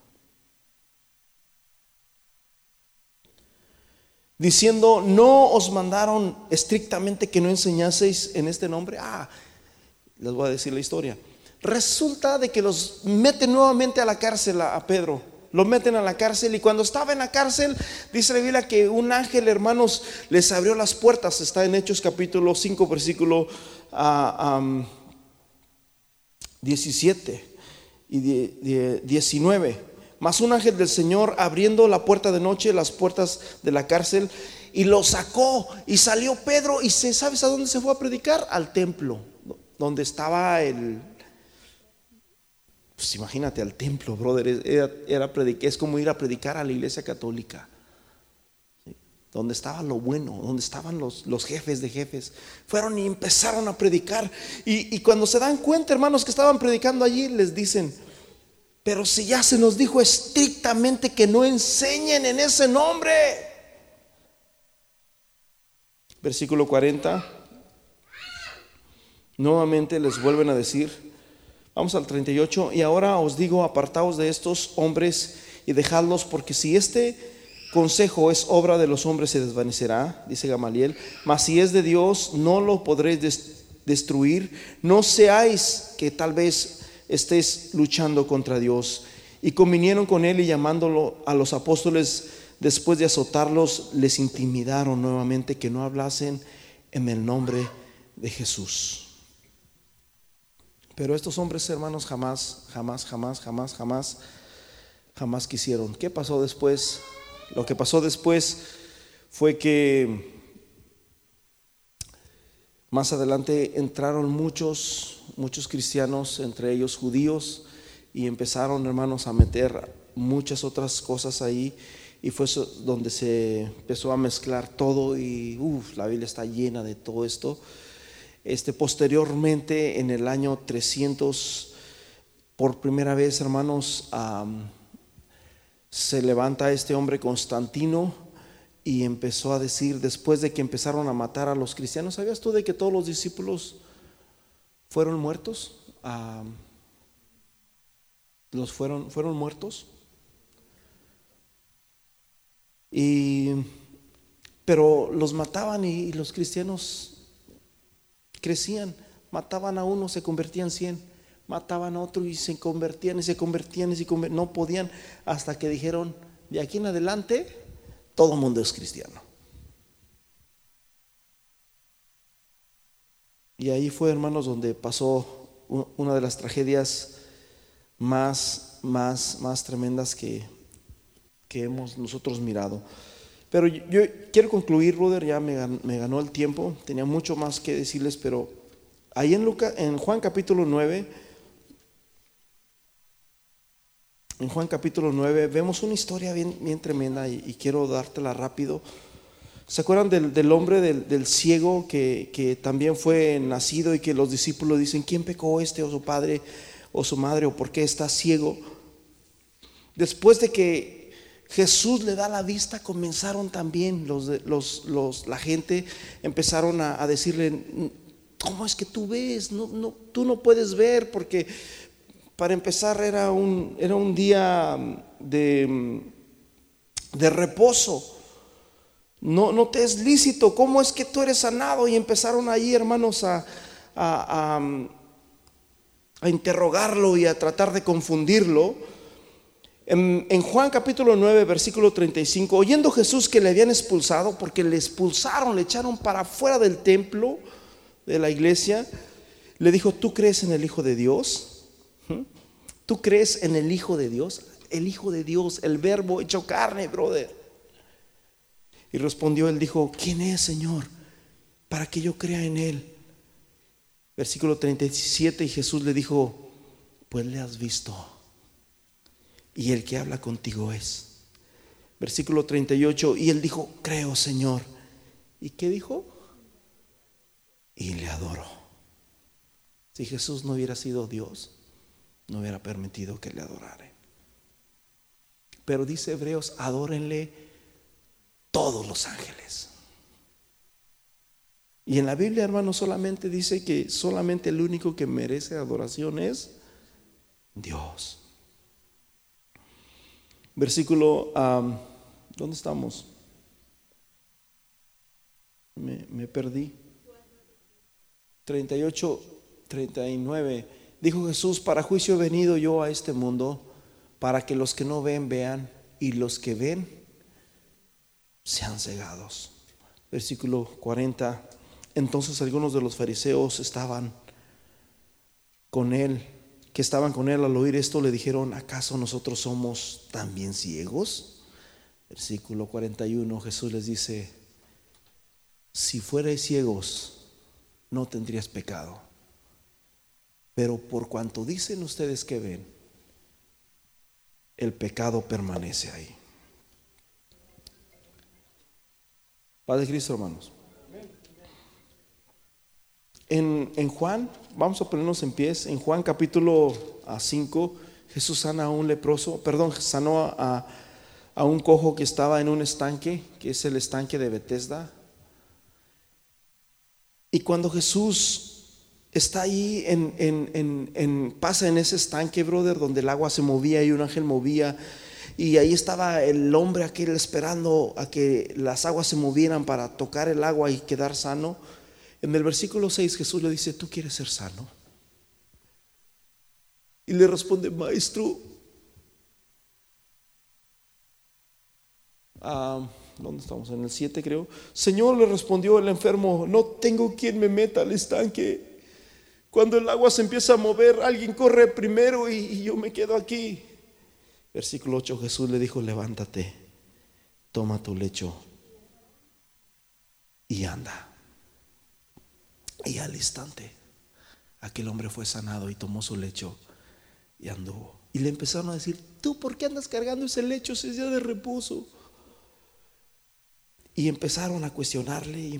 Diciendo: ¿no os mandaron estrictamente que no enseñaseis en este nombre? Les voy a decir la historia. Resulta de que los meten nuevamente a la cárcel a Pedro. Lo meten a la cárcel, y cuando estaba en la cárcel, dice la Biblia que un ángel, hermanos, les abrió las puertas. Está en Hechos capítulo 5 versículo 17 y 19. Mas un ángel del Señor, abriendo la puerta de noche, las puertas de la cárcel, y lo sacó, y salió Pedro, y ¿sabes a dónde se fue a predicar? Al templo, donde estaba pues imagínate, al templo, brother. Es como ir a predicar a la iglesia católica, ¿sí? Donde estaba lo bueno, donde estaban los jefes de jefes. Fueron y empezaron a predicar, y cuando se dan cuenta, hermanos, que estaban predicando allí, les dicen: pero si ya se nos dijo estrictamente que no enseñen en ese nombre. Versículo 40, nuevamente les vuelven a decir, vamos al 38, y ahora os digo: apartaos de estos hombres y dejadlos, porque si este consejo es obra de los hombres se desvanecerá, dice Gamaliel, mas si es de Dios no lo podréis destruir. No seáis que tal vez estés luchando contra Dios. Y convinieron con él, y llamándolo a los apóstoles, después de azotarlos, les intimidaron nuevamente que no hablasen en el nombre de Jesús. Pero estos hombres, hermanos, jamás quisieron. ¿Qué pasó después? Lo que pasó después fue que más adelante entraron muchos cristianos, entre ellos judíos, y empezaron, hermanos, a meter muchas otras cosas ahí, y fue eso donde se empezó a mezclar todo, y la Biblia está llena de todo esto. Posteriormente, en el año 300, por primera vez, hermanos, se levanta este hombre Constantino, y empezó a decir, después de que empezaron a matar a los cristianos: ¿sabías tú de que todos los discípulos fueron muertos? Fueron muertos. Pero los mataban, y los cristianos crecían. Mataban a uno, se convertían 100. Mataban a otro y se convertían, no podían, hasta que dijeron: de aquí en adelante todo el mundo es cristiano. Y ahí fue, hermanos, donde pasó una de las tragedias más tremendas que hemos nosotros mirado. Pero yo quiero concluir, brother, ya me ganó el tiempo. Tenía mucho más que decirles, pero ahí en Juan capítulo 9, vemos una historia bien tremenda, y quiero dártela rápido. ¿Se acuerdan del hombre del ciego que también fue nacido, y que los discípulos dicen: ¿quién pecó, o su padre o su madre, o por qué está ciego? Después de que Jesús le da la vista, comenzaron también la gente empezaron a decirle: ¿cómo es que tú ves? Tú no puedes ver, porque para empezar era un día de reposo. No te es lícito. ¿Cómo es que tú eres sanado? Y empezaron ahí, hermanos, a interrogarlo y a tratar de confundirlo. En Juan capítulo 9 versículo 35, oyendo Jesús que le habían expulsado, porque le expulsaron, le echaron para afuera del templo, de la iglesia, le dijo: ¿tú crees en el Hijo de Dios? ¿Tú crees en el Hijo de Dios? El Hijo de Dios, el Verbo hecho carne, brother. Y respondió, él dijo: ¿quién es, Señor, para que yo crea en él? Versículo 37, y Jesús le dijo: pues le has visto, y el que habla contigo es. Versículo 38, y él dijo: creo, Señor. ¿Y qué dijo? Y le adoró. Si Jesús no hubiera sido Dios, no hubiera permitido que le adorara. Pero dice Hebreos: adórenle todos los ángeles. Y en la Biblia, hermano, solamente dice que solamente el único que merece adoración es Dios. Versículo, ¿dónde estamos? Me perdí. 38, 39. Dijo Jesús: para juicio he venido yo a este mundo, para que los que no ven vean, y los que ven sean cegados. Versículo 40. Entonces algunos de los fariseos estaban con él, al oír esto, le dijeron: ¿acaso nosotros somos también ciegos? Versículo 41, Jesús les dice: si fuerais ciegos, no tendrías pecado, pero por cuanto dicen ustedes que ven, el pecado permanece ahí. Paz de Cristo, hermanos. En Juan, vamos a ponernos en pies. En Juan capítulo 5, Jesús sana a un leproso, sanó a un cojo que estaba en un estanque, que es el estanque de Betesda. Y cuando Jesús está ahí, pasa en ese estanque, brother, donde el agua se movía y un ángel movía, y ahí estaba el hombre aquel esperando a que las aguas se movieran para tocar el agua y quedar sano. En el versículo 6 Jesús le dice: ¿tú quieres ser sano? Y le responde: maestro, ¿dónde estamos? En el 7 creo. Señor, le respondió el enfermo, no tengo quien me meta al estanque. Cuando el agua se empieza a mover, alguien corre primero y yo me quedo aquí. Versículo 8, Jesús le dijo: levántate, toma tu lecho y anda. Y al instante aquel hombre fue sanado y tomó su lecho y anduvo. Y le empezaron a decir: ¿tú por qué andas cargando ese lecho si es día de reposo? Y empezaron a cuestionarle.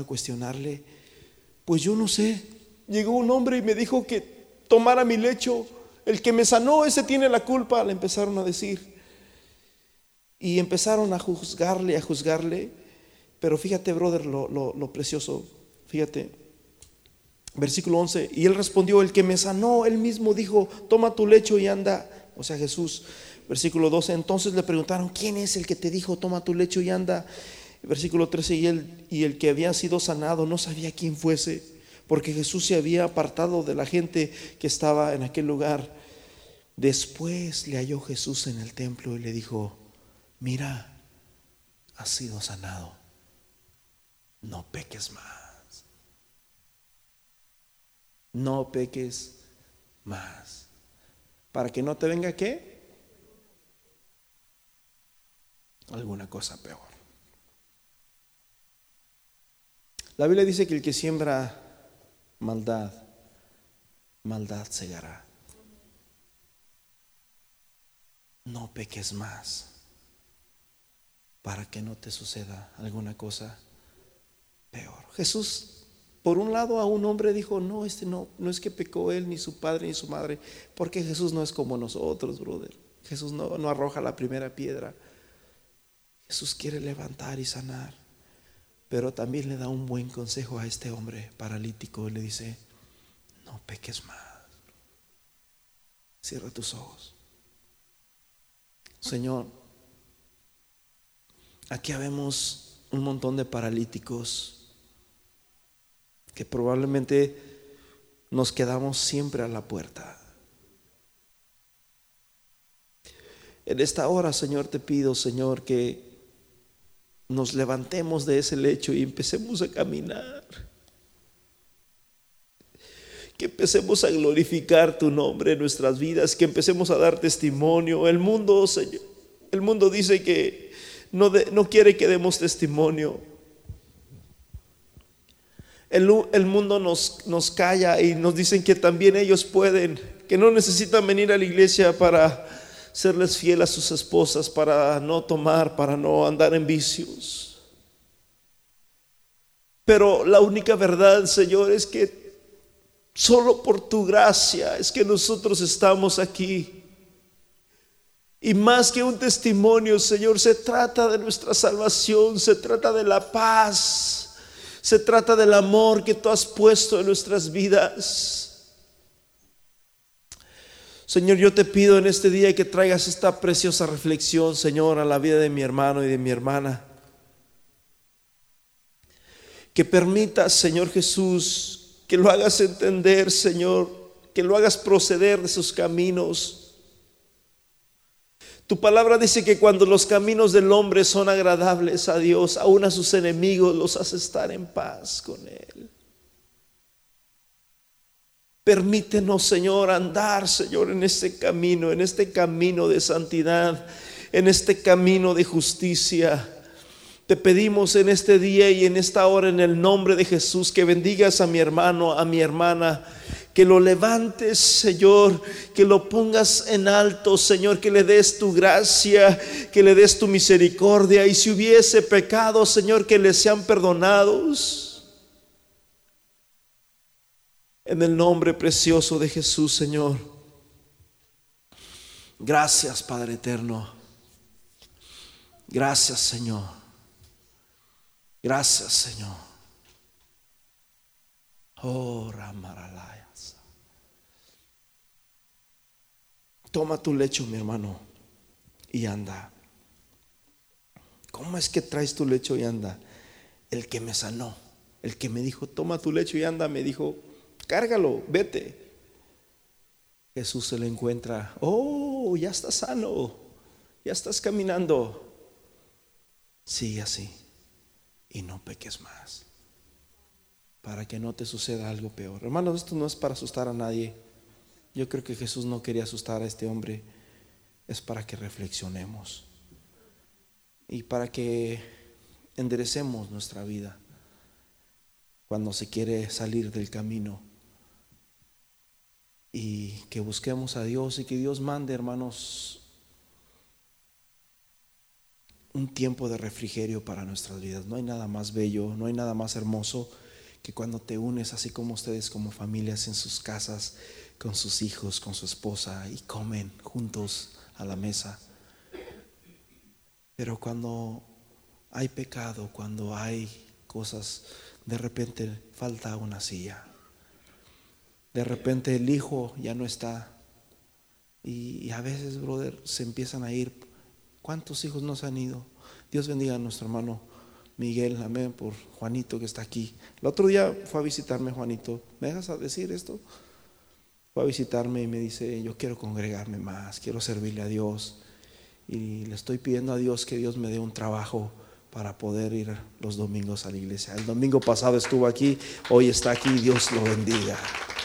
Pues yo no sé, llegó un hombre y me dijo que tomara mi lecho. El que me sanó, ese tiene la culpa, le empezaron a decir. Y empezaron a juzgarle. Pero fíjate, brother, lo precioso. Fíjate, versículo 11. Y él respondió: el que me sanó, él mismo dijo: toma tu lecho y anda. O sea, Jesús. Versículo 12. Entonces le preguntaron: ¿quién es el que te dijo toma tu lecho y anda? Versículo 13. Y el que había sido sanado no sabía quién fuese, porque Jesús se había apartado de la gente que estaba en aquel lugar. Después le halló Jesús en el templo y le dijo: mira, has sido sanado, no peques más. No peques más, para que no te venga ¿qué? Alguna cosa peor. La Biblia dice que el que siembra maldad segará. No peques más, para que no te suceda alguna cosa peor. Jesús, por un lado, a un hombre dijo: no es que pecó él, ni su padre, ni su madre, porque Jesús no es como nosotros, brother. Jesús no arroja la primera piedra. Jesús quiere levantar y sanar. pero también le da un buen consejo a este hombre paralítico. Le dice: no peques más. Cierra tus ojos. Señor, aquí habemos un montón de paralíticos que probablemente nos quedamos siempre a la puerta. En esta hora, Señor, te pido, Señor, que nos levantemos de ese lecho y empecemos a caminar. Que empecemos a glorificar tu nombre en nuestras vidas, que empecemos a dar testimonio. El mundo, Señor, el mundo dice que no quiere que demos testimonio. El mundo nos calla y nos dicen que también ellos pueden, que no necesitan venir a la iglesia para serles fiel a sus esposas, para no tomar, para no andar en vicios. Pero la única verdad, Señor, es que solo por tu gracia es que nosotros estamos aquí. Y más que un testimonio, Señor, se trata de nuestra salvación, se trata de la paz, se trata del amor que tú has puesto en nuestras vidas. Señor, yo te pido en este día que traigas esta preciosa reflexión, Señor, a la vida de mi hermano y de mi hermana. Que permitas, Señor Jesús, que lo hagas entender, Señor, que lo hagas proceder de sus caminos. Tu palabra dice que cuando los caminos del hombre son agradables a Dios, aún a sus enemigos los hace estar en paz con Él. Permítenos, Señor, andar, Señor, en este camino de santidad, en este camino de justicia. Te pedimos en este día y en esta hora, en el nombre de Jesús, que bendigas a mi hermano, a mi hermana, que lo levantes, Señor, que lo pongas en alto, Señor, que le des tu gracia, que le des tu misericordia, y si hubiese pecado, Señor, que le sean perdonados. En el nombre precioso de Jesús, Señor. Gracias, Padre eterno. Gracias, Señor. Gracias, Señor. Oh, Ramaralayas. Toma tu lecho, mi hermano, y anda. ¿Cómo es que traes tu lecho y anda? El que me sanó, el que me dijo, toma tu lecho y anda, me dijo, cárgalo, vete. Jesús se le encuentra. Oh, ya estás sano, ya estás caminando. Sigue así y no peques más, para que no te suceda algo peor. Hermanos, esto no es para asustar a nadie. Yo creo que Jesús no quería asustar a este hombre. Es para que reflexionemos y para que enderecemos nuestra vida cuando se quiere salir del camino, y que busquemos a Dios y que Dios mande, hermanos, un tiempo de refrigerio para nuestras vidas. No hay nada más bello, no hay nada más hermoso que cuando te unes así como ustedes, como familias, en sus casas, con sus hijos, con su esposa, y comen juntos a la mesa. Pero cuando hay pecado, cuando hay cosas, de repente falta una silla, de repente el hijo ya no está, y a veces, brother, se empiezan a ir. ¿Cuántos hijos nos han ido? Dios bendiga a nuestro hermano Miguel, amén, por Juanito que está aquí. El otro día fue a visitarme Juanito. ¿Me dejas a decir esto? Fue a visitarme y me dice, yo quiero congregarme más, quiero servirle a Dios, y le estoy pidiendo a Dios que Dios me dé un trabajo para poder ir los domingos a la iglesia. El domingo pasado estuvo aquí, hoy está aquí. Dios lo bendiga.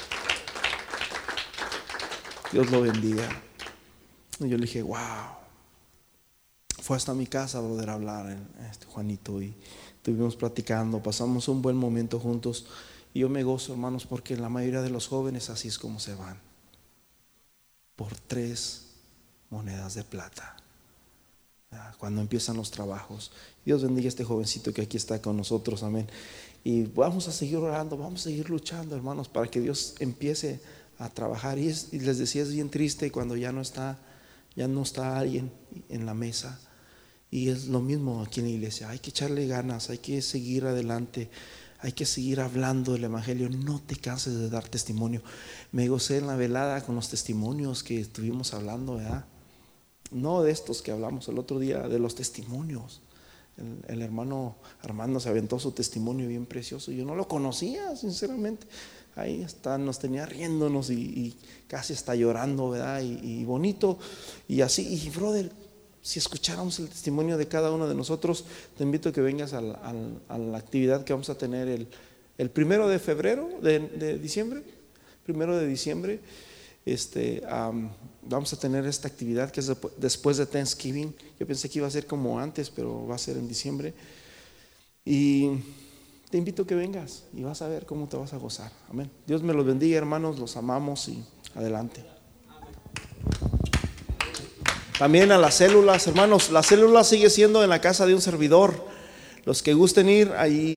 Dios lo bendiga. Y yo le dije, wow. Fue hasta mi casa a poder hablar Juanito, y estuvimos platicando, pasamos un buen momento juntos. Y yo me gozo, hermanos, porque la mayoría de los jóvenes así es como se van, por 3 monedas de plata, cuando empiezan los trabajos. Dios bendiga a este jovencito que aquí está con nosotros, amén. Y vamos a seguir orando, vamos a seguir luchando, hermanos, para que Dios empiece a trabajar. Y les decía, es bien triste cuando ya no está alguien en la mesa. Y es lo mismo aquí en la iglesia. Hay que echarle ganas, hay que seguir adelante, hay que seguir hablando del evangelio. No te canses de dar testimonio. Me gocé en la velada con los testimonios que estuvimos hablando, ¿verdad? No de estos que hablamos el otro día, de los testimonios. El hermano Armando se aventó su testimonio bien precioso. Yo no lo conocía, sinceramente. Ahí está, nos tenía riéndonos y casi hasta llorando, ¿verdad? Y bonito. Y así, y brother, si escucháramos el testimonio de cada uno de nosotros, te invito a que vengas a la actividad que vamos a tener el 1 de febrero, de diciembre, 1 de diciembre. Vamos a tener esta actividad que es después de Thanksgiving. Yo pensé que iba a ser como antes, pero va a ser en diciembre. Y te invito a que vengas y vas a ver cómo te vas a gozar. Amén. Dios me los bendiga, hermanos, los amamos y adelante. También a las células, hermanos, la célula sigue siendo en la casa de un servidor. Los que gusten ir ahí.